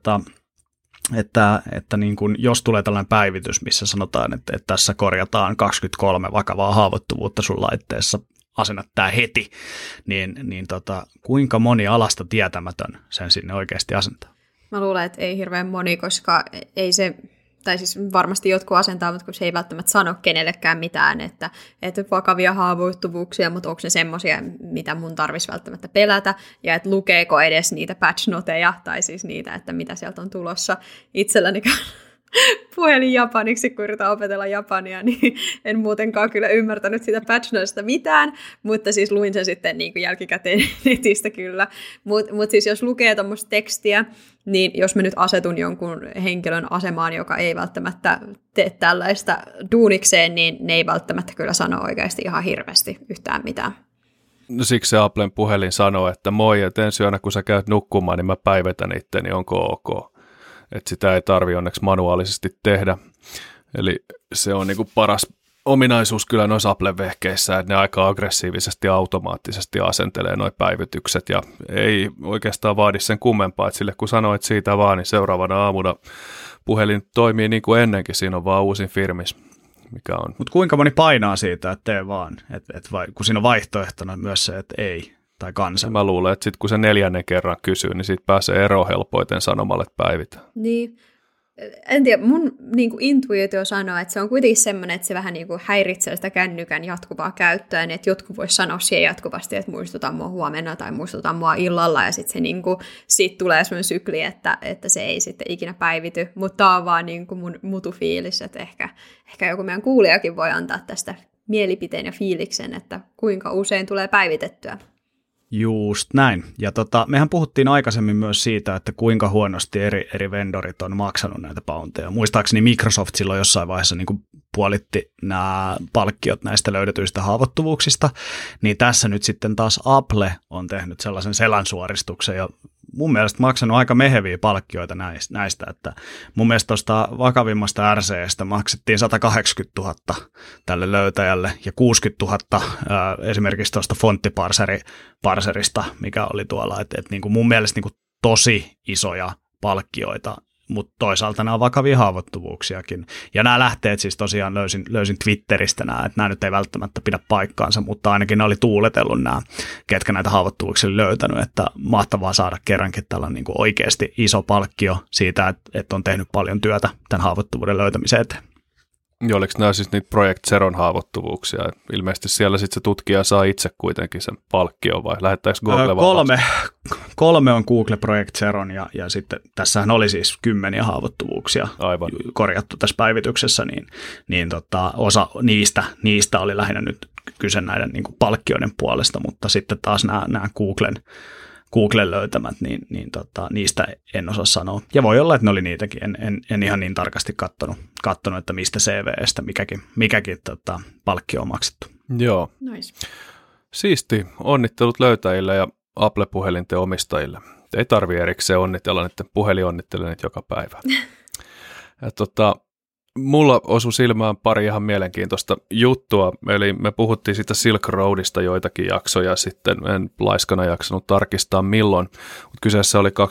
että niin kuin, jos tulee tällainen päivitys, missä sanotaan, että tässä korjataan 23 vakavaa haavoittuvuutta sun laitteessa, asennat tää heti, niin kuinka moni alasta tietämätön sen sinne oikeasti asentaa? Mä luulen, että ei hirveän moni, koska ei se, tai siis varmasti jotkut asentaa, mutta kun se ei välttämättä sano kenellekään mitään, että vakavia haavoittuvuuksia, mutta onko ne semmoisia, mitä mun tarvitsisi välttämättä pelätä, ja että lukeeko edes niitä patch-noteja, tai siis niitä, että mitä sieltä on tulossa. Itselläni puhelin japaniksi, kun yritän opetella japania, niin en muutenkaan kyllä ymmärtänyt sitä patchnoista mitään, mutta siis luin sen sitten niin kuin jälkikäteen netistä kyllä. Mutta siis jos lukee tuommoista tekstiä, niin jos mä nyt asetun jonkun henkilön asemaan, joka ei välttämättä tee tällaista duunikseen, niin ne ei välttämättä kyllä sano oikeasti ihan hirveästi yhtään mitään. No siksi se Applen puhelin sanoo, että moi, että ensi yönä kun sä käyt nukkumaan, niin mä päivitän itteni, onko ok. Että sitä ei tarvitse onneksi manuaalisesti tehdä. Eli se on niinku paras ominaisuus kyllä noissa Apple-vehkeissä, että ne aika aggressiivisesti ja automaattisesti asentelee nuo päivitykset ja ei oikeastaan vaadi sen kummempaa, että sille kun sanoit siitä vaan, niin seuraavana aamuna puhelin toimii niin kuin ennenkin, siinä on vaan uusin firmis, mikä on. Mutta kuinka moni painaa siitä, että tee vaan, kun siinä on vaihtoehtona myös se, että ei tai kansa. Mä luulen, että sitten kun se 4. kerran kysyy, niin siitä pääsee eroon helpoiten sanomalla, että päivitään. Niin. En tiedä, mun niin kuin intuitio sanoo, että se on kuitenkin semmoinen, että se vähän niin kuin häiritsee sitä kännykän jatkuvaa käyttöä, niin että jotkut vois sanoa siihen jatkuvasti, että muistuta mua huomenna tai muistuta mua illalla, ja sitten se niin kuin, siitä tulee semmoinen sykli, että se ei sitten ikinä päivity, mutta tämä on vaan niin kuin mun mutufiilis, että ehkä joku meidän kuulijakin voi antaa tästä mielipiteen ja fiiliksen, että kuinka usein tulee päivitettyä. Just näin. Ja mehän puhuttiin aikaisemmin myös siitä, että kuinka huonosti eri vendorit on maksanut näitä pounteja. Muistaakseni Microsoft silloin jossain vaiheessa niin kuin puolitti nämä palkkiot näistä löydetyistä haavoittuvuuksista, niin tässä nyt sitten taas Apple on tehnyt sellaisen selänsuoristuksen ja mun mielestä maksanut aika meheviä palkkioita näistä, että mun mielestä tuosta vakavimmasta RC:stä maksettiin 180 000 tälle löytäjälle ja 60 000 esimerkiksi tuosta fonttiparserista, mikä oli tuolla, että niin kuin mun mielestä niin kuin tosi isoja palkkioita, mutta toisaalta nämä on vakavia haavoittuvuuksiakin. Ja nämä lähteet siis tosiaan löysin Twitteristä nämä, että nämä nyt ei välttämättä pidä paikkaansa, mutta ainakin ne oli tuuletellut nämä, ketkä näitä haavoittuvuuksia oli löytänyt, että mahtavaa saada kerrankin tällainen niin kuin oikeasti iso palkkio siitä, että on tehnyt paljon työtä tämän haavoittuvuuden löytämiseen eteen. Ja oliko nämä siis niitä Project Zeron haavoittuvuuksia? Ilmeisesti siellä sitten se tutkija saa itse kuitenkin sen palkkion vai lähettääkö Google vaan? Kolme on Google Project Zeron ja sitten tässähän oli siis 10 haavoittuvuuksia Aivan. korjattu tässä päivityksessä, niin osa niistä oli lähinnä nyt kyse näiden niin kuin palkkioiden puolesta, mutta sitten taas nämä Googlen löytämät, niin niistä en osaa sanoa. Ja voi olla, että ne oli niitäkin. En ihan niin tarkasti kattonut, että mistä CV:stä mikäkin palkkio on maksettu. Joo. Nice. Siisti. Onnittelut löytäjille ja Apple-puhelinten omistajille. Ei tarvitse erikseen onnitella, että puhelin onnittelee nyt joka päivä. Ja mulla osui silmään pari ihan mielenkiintoista juttua, eli me puhuttiin siitä Silk Roadista joitakin jaksoja sitten, en laiskana jaksanut tarkistaa milloin, mutta kyseessä oli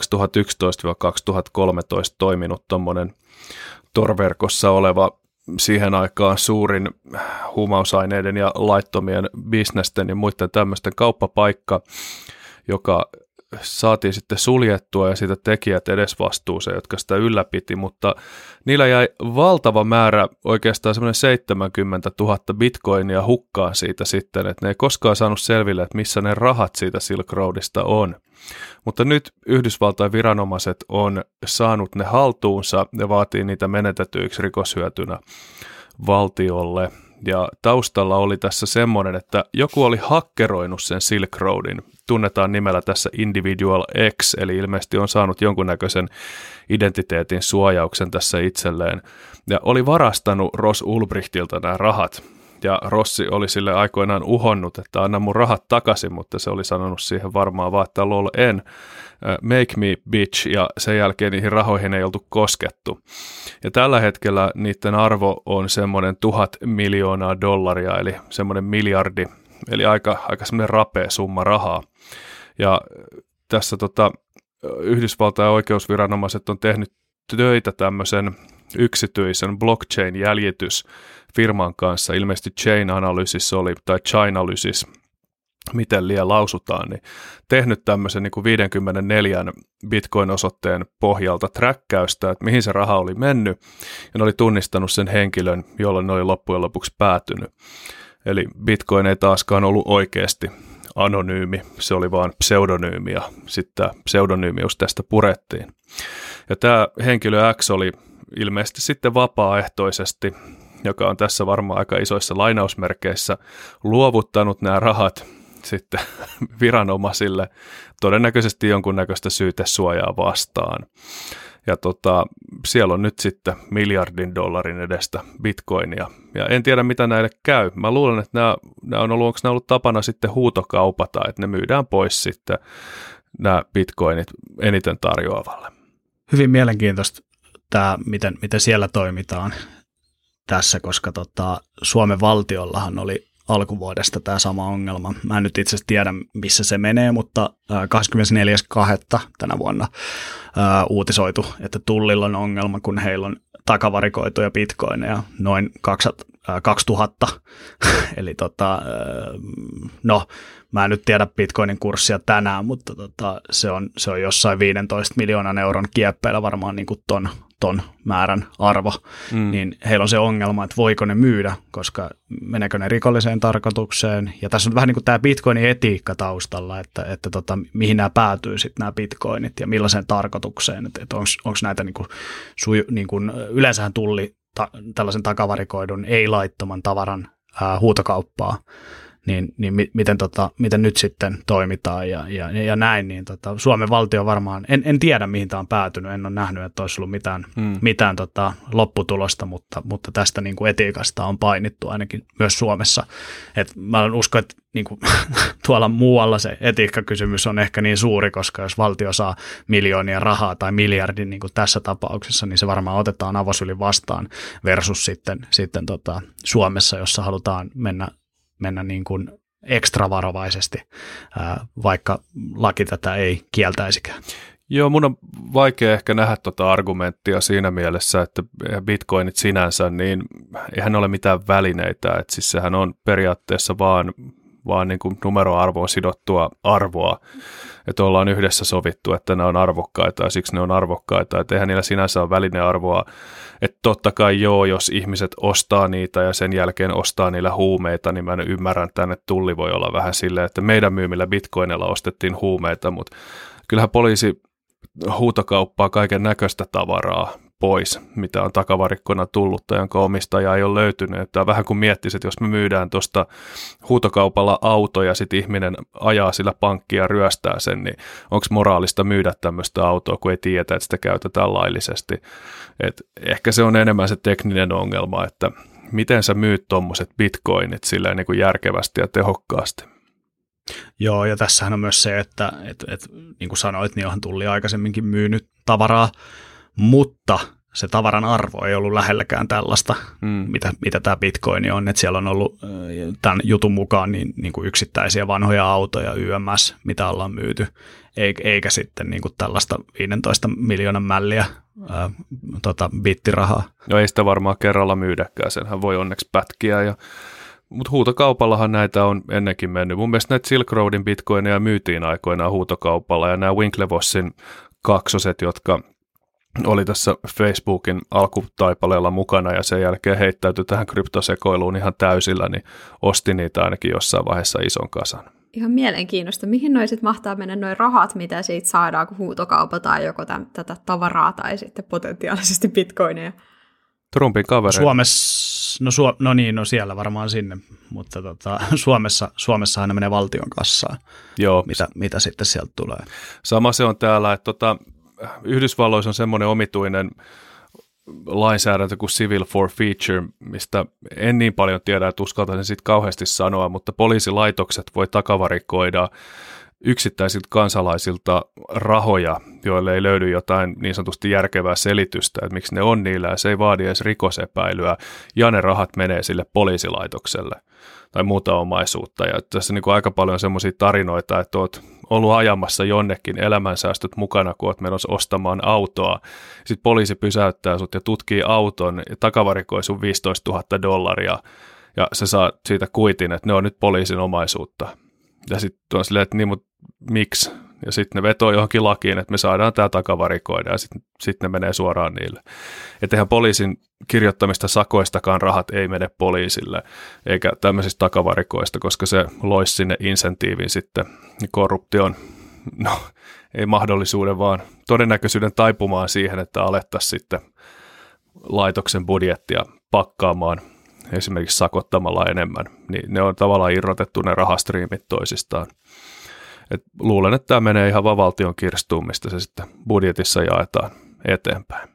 2011-2013 toiminut tuommoinen Tor-verkossa oleva siihen aikaan suurin huumausaineiden ja laittomien bisnesten ja muiden tämmöisten kauppapaikka, joka saatiin sitten suljettua ja siitä tekijät edesvastuuseen, jotka sitä ylläpiti, mutta niillä jäi valtava määrä, oikeastaan semmoinen 70 000 bitcoinia hukkaan siitä sitten, että ne ei koskaan saanut selville, että missä ne rahat siitä Silk Roadista on. Mutta nyt Yhdysvaltain viranomaiset on saanut ne haltuunsa ja vaatii niitä menetetyiksi rikoshyötynä valtiolle. Ja taustalla oli tässä semmoinen, että joku oli hakkeroinut sen Silk Roadin. Tunnetaan nimellä tässä Individual X, eli ilmeisesti on saanut jonkunnäköisen identiteetin suojauksen tässä itselleen. Ja oli varastanut Ross Ulbrichtilta nämä rahat. Ja Rossi oli sille aikoinaan uhonnut, että anna mun rahat takaisin, mutta se oli sanonut siihen varmaan vaan, että lol en, make me bitch, ja sen jälkeen niihin rahoihin ei oltu koskettu. Ja tällä hetkellä niiden arvo on semmoinen $1,000 miljoonaa, eli semmoinen miljardi, eli aika semmoinen rapea summa rahaa. Ja tässä Yhdysvaltain oikeusviranomaiset on tehnyt töitä tämmöisen yksityisen blockchain-jäljitysfirman kanssa, ilmeisesti Chain Analysis oli, tai Chainalysis, miten liian lausutaan, niin tehnyt tämmöisen niin kuin 54 bitcoin-osoitteen pohjalta träkkäystä, että mihin se raha oli mennyt, ja ne oli tunnistanut sen henkilön, jolle ne oli loppujen lopuksi päätynyt. Eli bitcoin ei taaskaan ollut oikeasti anonyymi, se oli vaan pseudonyymi, ja sitten tämä pseudonyymius tästä purettiin. Ja tämä henkilö X oli ilmeisesti sitten vapaaehtoisesti, joka on tässä varmaan aika isoissa lainausmerkeissä, luovuttanut nämä rahat sitten viranomaisille todennäköisesti jonkunnäköistä syytesuojaa vastaan. Ja siellä on nyt sitten $1 miljardin edestä bitcoinia. Ja en tiedä, mitä näille käy. Mä luulen, että onko nämä ollut tapana sitten huutokaupata, että ne myydään pois sitten nämä bitcoinit eniten tarjoavalle. Hyvin mielenkiintoista tämä, miten siellä toimitaan tässä, koska Suomen valtiollahan oli alkuvuodesta tämä sama ongelma. Mä en nyt itse asiassa tiedä, missä se menee, mutta 24.2. tänä vuonna uutisoitu, että Tullilla on ongelma, kun heillä on takavarikoituja bitcoineja noin 2000. Eli no, mä en nyt tiedä bitcoinin kurssia tänään, mutta se on jossain 15 miljoonan euron kieppeillä varmaan niin kuin ton määrän arvo, niin heillä on se ongelma, että voiko ne myydä, koska meneekö ne rikolliseen tarkoitukseen. Ja tässä on vähän niin kuin tämä bitcoinin etiikka taustalla, että mihin nämä päätyy sitten nämä bitcoinit ja millaiseen tarkoitukseen, että onko näitä niin kuin yleensähän Tulli tällaisen takavarikoidun ei-laittoman tavaran huutokauppaa, niin miten nyt sitten toimitaan ja näin, niin Suomen valtio varmaan, en tiedä mihin tämä on päätynyt, en ole nähnyt, että olisi ollut mitään lopputulosta, mutta tästä niin kuin etiikasta on painittu ainakin myös Suomessa. Et mä uskon, että niin kuin, tuolla muualla se etiikkakysymys on ehkä niin suuri, koska jos valtio saa miljoonia rahaa tai miljardin niin kuin tässä tapauksessa, niin se varmaan otetaan avosylin vastaan versus sitten Suomessa, jossa halutaan mennä niin kuin ekstra varovaisesti, vaikka laki tätä ei kieltäisikään. Joo, mun on vaikea ehkä nähdä argumenttia siinä mielessä, että bitcoinit sinänsä, niin eihän ole mitään välineitä, että siis sehän on periaatteessa vaan niin kuin numeroarvoon sidottua arvoa, että ollaan yhdessä sovittu, että ne on arvokkaita ja siksi ne on arvokkaita, että eihän niillä sinänsä ole välinearvoa, että totta kai joo, jos ihmiset ostaa niitä ja sen jälkeen ostaa niillä huumeita, niin mä ymmärrän tämän, että Tulli voi olla vähän silleen, että meidän myymillä bitcoinilla ostettiin huumeita, mutta kyllähän poliisi huutokauppaa kaiken näköistä tavaraa pois, mitä on takavarikkona tullut tai jonka omistaja ei ole löytynyt. Että vähän kuin miettisit, että jos me myydään tuosta huutokaupalla auto ja sitten ihminen ajaa sillä pankkia ja ryöstää sen, niin onko moraalista myydä tämmöistä autoa, kun ei tiedetä, että sitä käytetään laillisesti. Et ehkä se on enemmän se tekninen ongelma, että miten sä myyt tuommoiset bitcoinit silleen niin kuin järkevästi ja tehokkaasti. Joo, ja tässähän on myös se, että niin kuin sanoit, niin onhan Tulli aikaisemminkin myynyt tavaraa, mutta se tavaran arvo ei ollut lähelläkään tällaista, mitä tämä bitcoin on. Että siellä on ollut tämän jutun mukaan niin kuin yksittäisiä vanhoja autoja YMS, mitä ollaan myyty, eikä sitten niin kuin tällaista 15 miljoonan mälliä bittirahaa. No ei sitä varmaan kerralla myydäkään, senhän voi onneksi pätkiä. Mutta huutokaupallahan näitä on ennenkin mennyt. Mun mielestä näitä Silk Roadin bitcoineja myytiin aikoinaan huutokaupalla ja nämä Winklevossin kaksoset, jotka oli tässä Facebookin alkutaipaleella mukana ja sen jälkeen heittäytyi tähän kryptosekoiluun ihan täysillä, niin osti niitä ainakin jossain vaiheessa ison kasan. Ihan mielenkiintoista. Mihin noi sit mahtaa mennä noi rahat, mitä siitä saadaan, kun huutokaupataan joko tätä tavaraa tai sitten potentiaalisesti bitcoineja? Trumpin kavereita. Suomessa, no siellä varmaan sinne, mutta Suomessahan ne menee valtion kassaan. Joo. Mitä sitten sieltä tulee. Sama se on täällä, että Yhdysvalloissa on semmoinen omituinen lainsäädäntö kuin civil forfeiture, mistä en niin paljon tiedä, että uskaltaisin siitä kauheasti sanoa, mutta poliisilaitokset voi takavarikoida yksittäisiltä kansalaisilta rahoja, joille ei löydy jotain niin sanotusti järkevää selitystä, että miksi ne on niillä, ja se ei vaadi edes rikosepäilyä, ja ne rahat menee sille poliisilaitokselle tai muuta omaisuutta. Ja tässä on aika paljon semmoisia tarinoita, että olet ollut ajamassa jonnekin elämänsäästöt mukana, kun olet menossa ostamaan autoa. Sitten poliisi pysäyttää sut ja tutkii auton ja takavarikoi sun $15,000, ja se saa siitä kuitin, että ne on nyt poliisin omaisuutta. Ja sitten on silleen, että niin, mutta miksi? Ja sitten ne vetoo johonkin lakiin, että me saadaan tämä takavarikoida, ja sitten ne menee suoraan niille. Että eihän poliisin kirjoittamista sakoistakaan rahat ei mene poliisille, eikä tämmöisistä takavarikoista, koska se loisi sinne insentiivin sitten korruption, ei mahdollisuuden, vaan todennäköisyyden taipumaan siihen, että alettaisiin sitten laitoksen budjettia pakkaamaan esimerkiksi sakottamalla enemmän, niin ne on tavallaan irrotettu ne rahastriimit toisistaan. Et luulen, että tämä menee ihan vaan valtion kirstuun, mistä se sitten budjetissa jaetaan eteenpäin.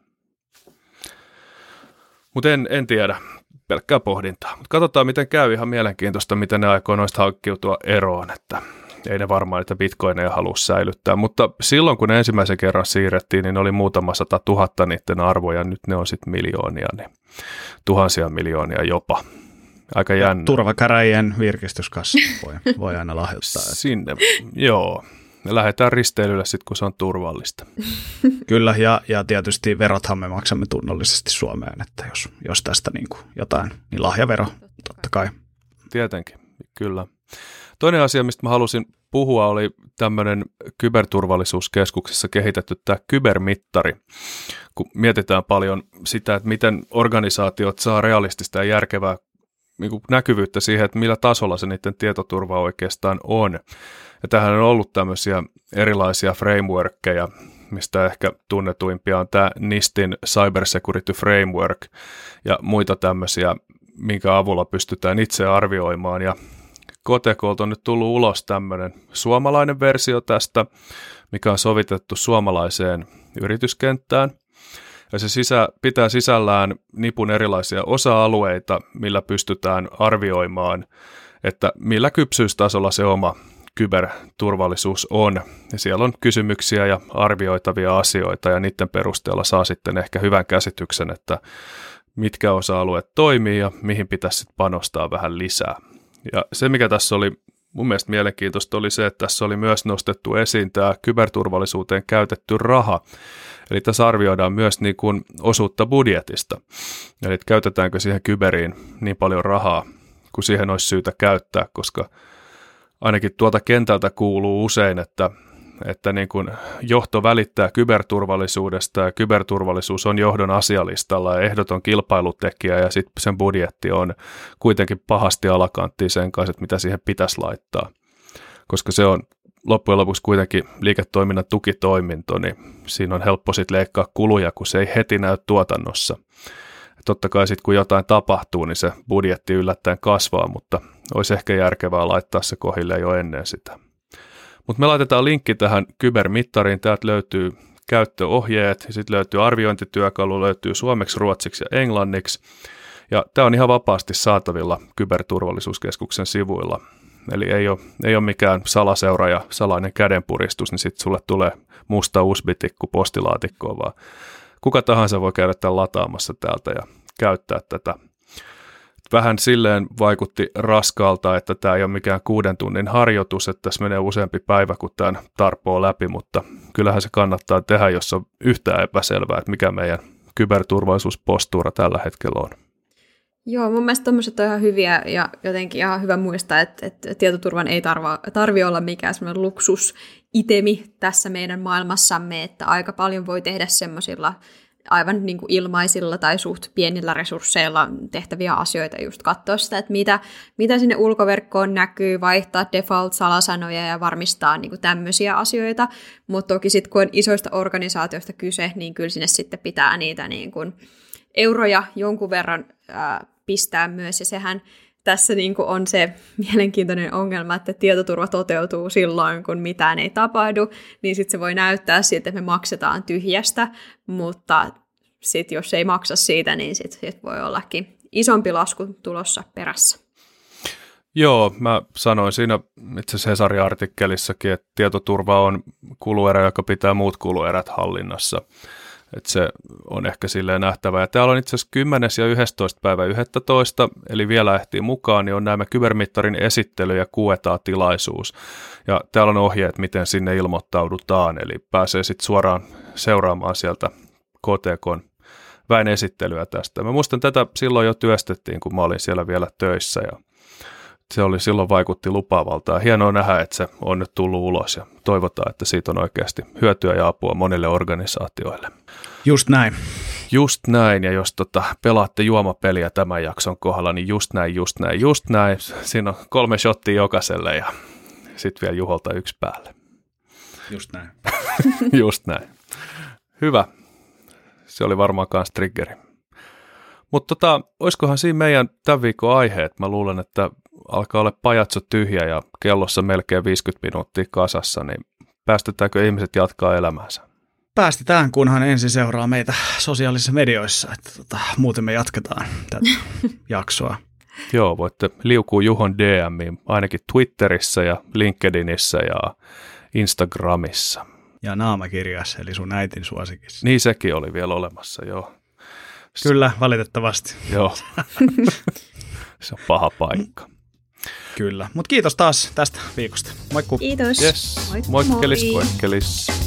Mutta en tiedä, pelkkää pohdintaa. Mutta katsotaan, miten käy. Ihan mielenkiintoista, miten ne aikoo noista hankkiutua eroon, että ei ne varmaan niitä bitcoineja halua säilyttää. Mutta silloin, kun ne ensimmäisen kerran siirrettiin, niin ne oli muutama 100 000 niiden arvoja, nyt ne on sitten miljoonia, niin tuhansia miljoonia jopa. Aika jännä. Turvakäräjien virkistyskassa voi aina lahjoittaa. Sinne, joo. Me lähdetään risteilylle sitten, kun se on turvallista. Kyllä, ja tietysti verothan me maksamme tunnollisesti Suomeen, että jos tästä niin kuin jotain, niin lahjavero totta kai. Tietenkin, kyllä. Toinen asia, mistä mä halusin puhua, oli tämmöinen kyberturvallisuuskeskuksessa kehitetty tämä kybermittari. Kun mietitään paljon sitä, että miten organisaatiot saa realistista ja järkevää niin kuin näkyvyyttä siihen, että millä tasolla se niiden tietoturva oikeastaan on. Ja tähän on ollut tämmöisiä erilaisia frameworkkeja, mistä ehkä tunnetuimpia on tämä NISTin Cyber Security Framework ja muita tämmöisiä, minkä avulla pystytään itse arvioimaan. Ja KTK:lta on nyt tullut ulos tämmöinen suomalainen versio tästä, mikä on sovitettu suomalaiseen yrityskenttään. Ja se pitää sisällään nipun erilaisia osa-alueita, millä pystytään arvioimaan, että millä kypsyystasolla se oma kyberturvallisuus on. Ja siellä on kysymyksiä ja arvioitavia asioita, ja niiden perusteella saa sitten ehkä hyvän käsityksen, että mitkä osa-alueet toimii ja mihin pitäisi sitten panostaa vähän lisää. Ja se, mikä tässä oli mun mielestä mielenkiintoista, oli se, että tässä oli myös nostettu esiin tämä kyberturvallisuuteen käytetty raha. Eli tässä arvioidaan myös niin kuin osuutta budjetista. Eli käytetäänkö siihen kyberiin niin paljon rahaa, kuin siihen olisi syytä käyttää, koska ainakin tuolta kentältä kuuluu usein, että niin kuin johto välittää kyberturvallisuudesta ja kyberturvallisuus on johdon asialistalla ja ehdoton kilpailutekijä ja sitten sen budjetti on kuitenkin pahasti alakanttia sen kanssa, että mitä siihen pitäisi laittaa. Koska se on loppujen lopuksi kuitenkin liiketoiminnan tukitoiminto, niin siinä on helppo sitten leikkaa kuluja, kun se ei heti näy tuotannossa. Ja totta kai sitten kun jotain tapahtuu, niin se budjetti yllättäen kasvaa, mutta olisi ehkä järkevää laittaa se kohdille jo ennen sitä. Mutta me laitetaan linkki tähän kybermittariin. Täältä löytyy käyttöohjeet, ja sitten löytyy arviointityökalu, löytyy suomeksi, ruotsiksi ja englanniksi. Ja tämä on ihan vapaasti saatavilla Kyberturvallisuuskeskuksen sivuilla. Eli ei ole mikään salaseura ja salainen kädenpuristus, niin sitten sulle tulee musta USB-tikku postilaatikkoon, vaan kuka tahansa voi käydä tämän lataamassa täältä ja käyttää tätä. Vähän silleen vaikutti raskaalta, että tämä ei ole mikään 6 tunnin harjoitus, että tässä menee useampi päivä, kun tämän tarpoo läpi, mutta kyllähän se kannattaa tehdä, jos on yhtään epäselvää, että mikä meidän kyberturvallisuuspostuura tällä hetkellä on. Joo, mun mielestä tommoset on ihan hyviä ja jotenkin ihan hyvä muistaa, että tietoturvan ei tarvitse olla mikään semmoinen luksusitemi tässä meidän maailmassamme, että aika paljon voi tehdä semmoisilla aivan niin kuin ilmaisilla tai suht pienillä resursseilla tehtäviä asioita, just katsoa sitä, että mitä sinne ulkoverkkoon näkyy, vaihtaa default-salasanoja ja varmistaa niin kuin tämmöisiä asioita, mutta toki sitten kun on isoista organisaatioista kyse, niin kyllä sinne sitten pitää niitä niin kuin euroja jonkun verran pistää myös, ja sehän tässä niin kuin on se mielenkiintoinen ongelma, että tietoturva toteutuu silloin, kun mitään ei tapahdu, niin sitten se voi näyttää siltä, että me maksetaan tyhjästä, mutta sitten jos ei maksa siitä, niin sitten voi ollakin isompi lasku tulossa perässä. Joo, mä sanoin siinä itse asiassa Hesari-artikkelissakin, että tietoturva on kuluerä, joka pitää muut kuluerät hallinnassa. Että se on ehkä silleen nähtävä. Ja täällä on itse asiassa 10. ja 11. päivä 11. eli vielä ehtii mukaan, niin on nämä kybermittarin esittely ja Q&A-tilaisuus. Ja täällä on ohjeet, miten sinne ilmoittaudutaan, eli pääsee sitten suoraan seuraamaan sieltä KTK:n väen esittelyä tästä. Mä muistan, tätä silloin jo työstettiin, kun mä olin siellä vielä töissä, ja se oli silloin vaikutti lupaavalta. Ja hienoa nähdä, että se on nyt tullut ulos, ja toivotaan, että siitä on oikeasti hyötyä ja apua monille organisaatioille. Just näin. Just näin, ja jos pelaatte juomapeliä tämän jakson kohdalla, niin just näin. Siinä on 3 shottia jokaiselle, ja sitten vielä Juholta 1 päälle. Just näin. Just näin. Hyvä. Se oli varmaan kans triggeri. Mutta olisikohan siinä meidän tämän viikon aiheet? Mä luulen, että alkaa olla pajatso tyhjä ja kellossa melkein 50 minuuttia kasassa, niin päästetäänkö ihmiset jatkaa elämäänsä? Päästetään, kunhan ensin seuraa meitä sosiaalisissa medioissa, että muuten me jatketaan tätä jaksoa. Joo, voitte liukua Juhon DM:iin ainakin Twitterissä ja LinkedInissä ja Instagramissa. Ja naamakirjassa, eli sun äitin suosikissa. Niin sekin oli vielä olemassa, joo. Kyllä, valitettavasti. Joo, se on paha paikka. Kyllä, mutta kiitos taas tästä viikosta. Moikku. Kiitos. Yes. Moikka, Moikkelis, moi. moikkelis.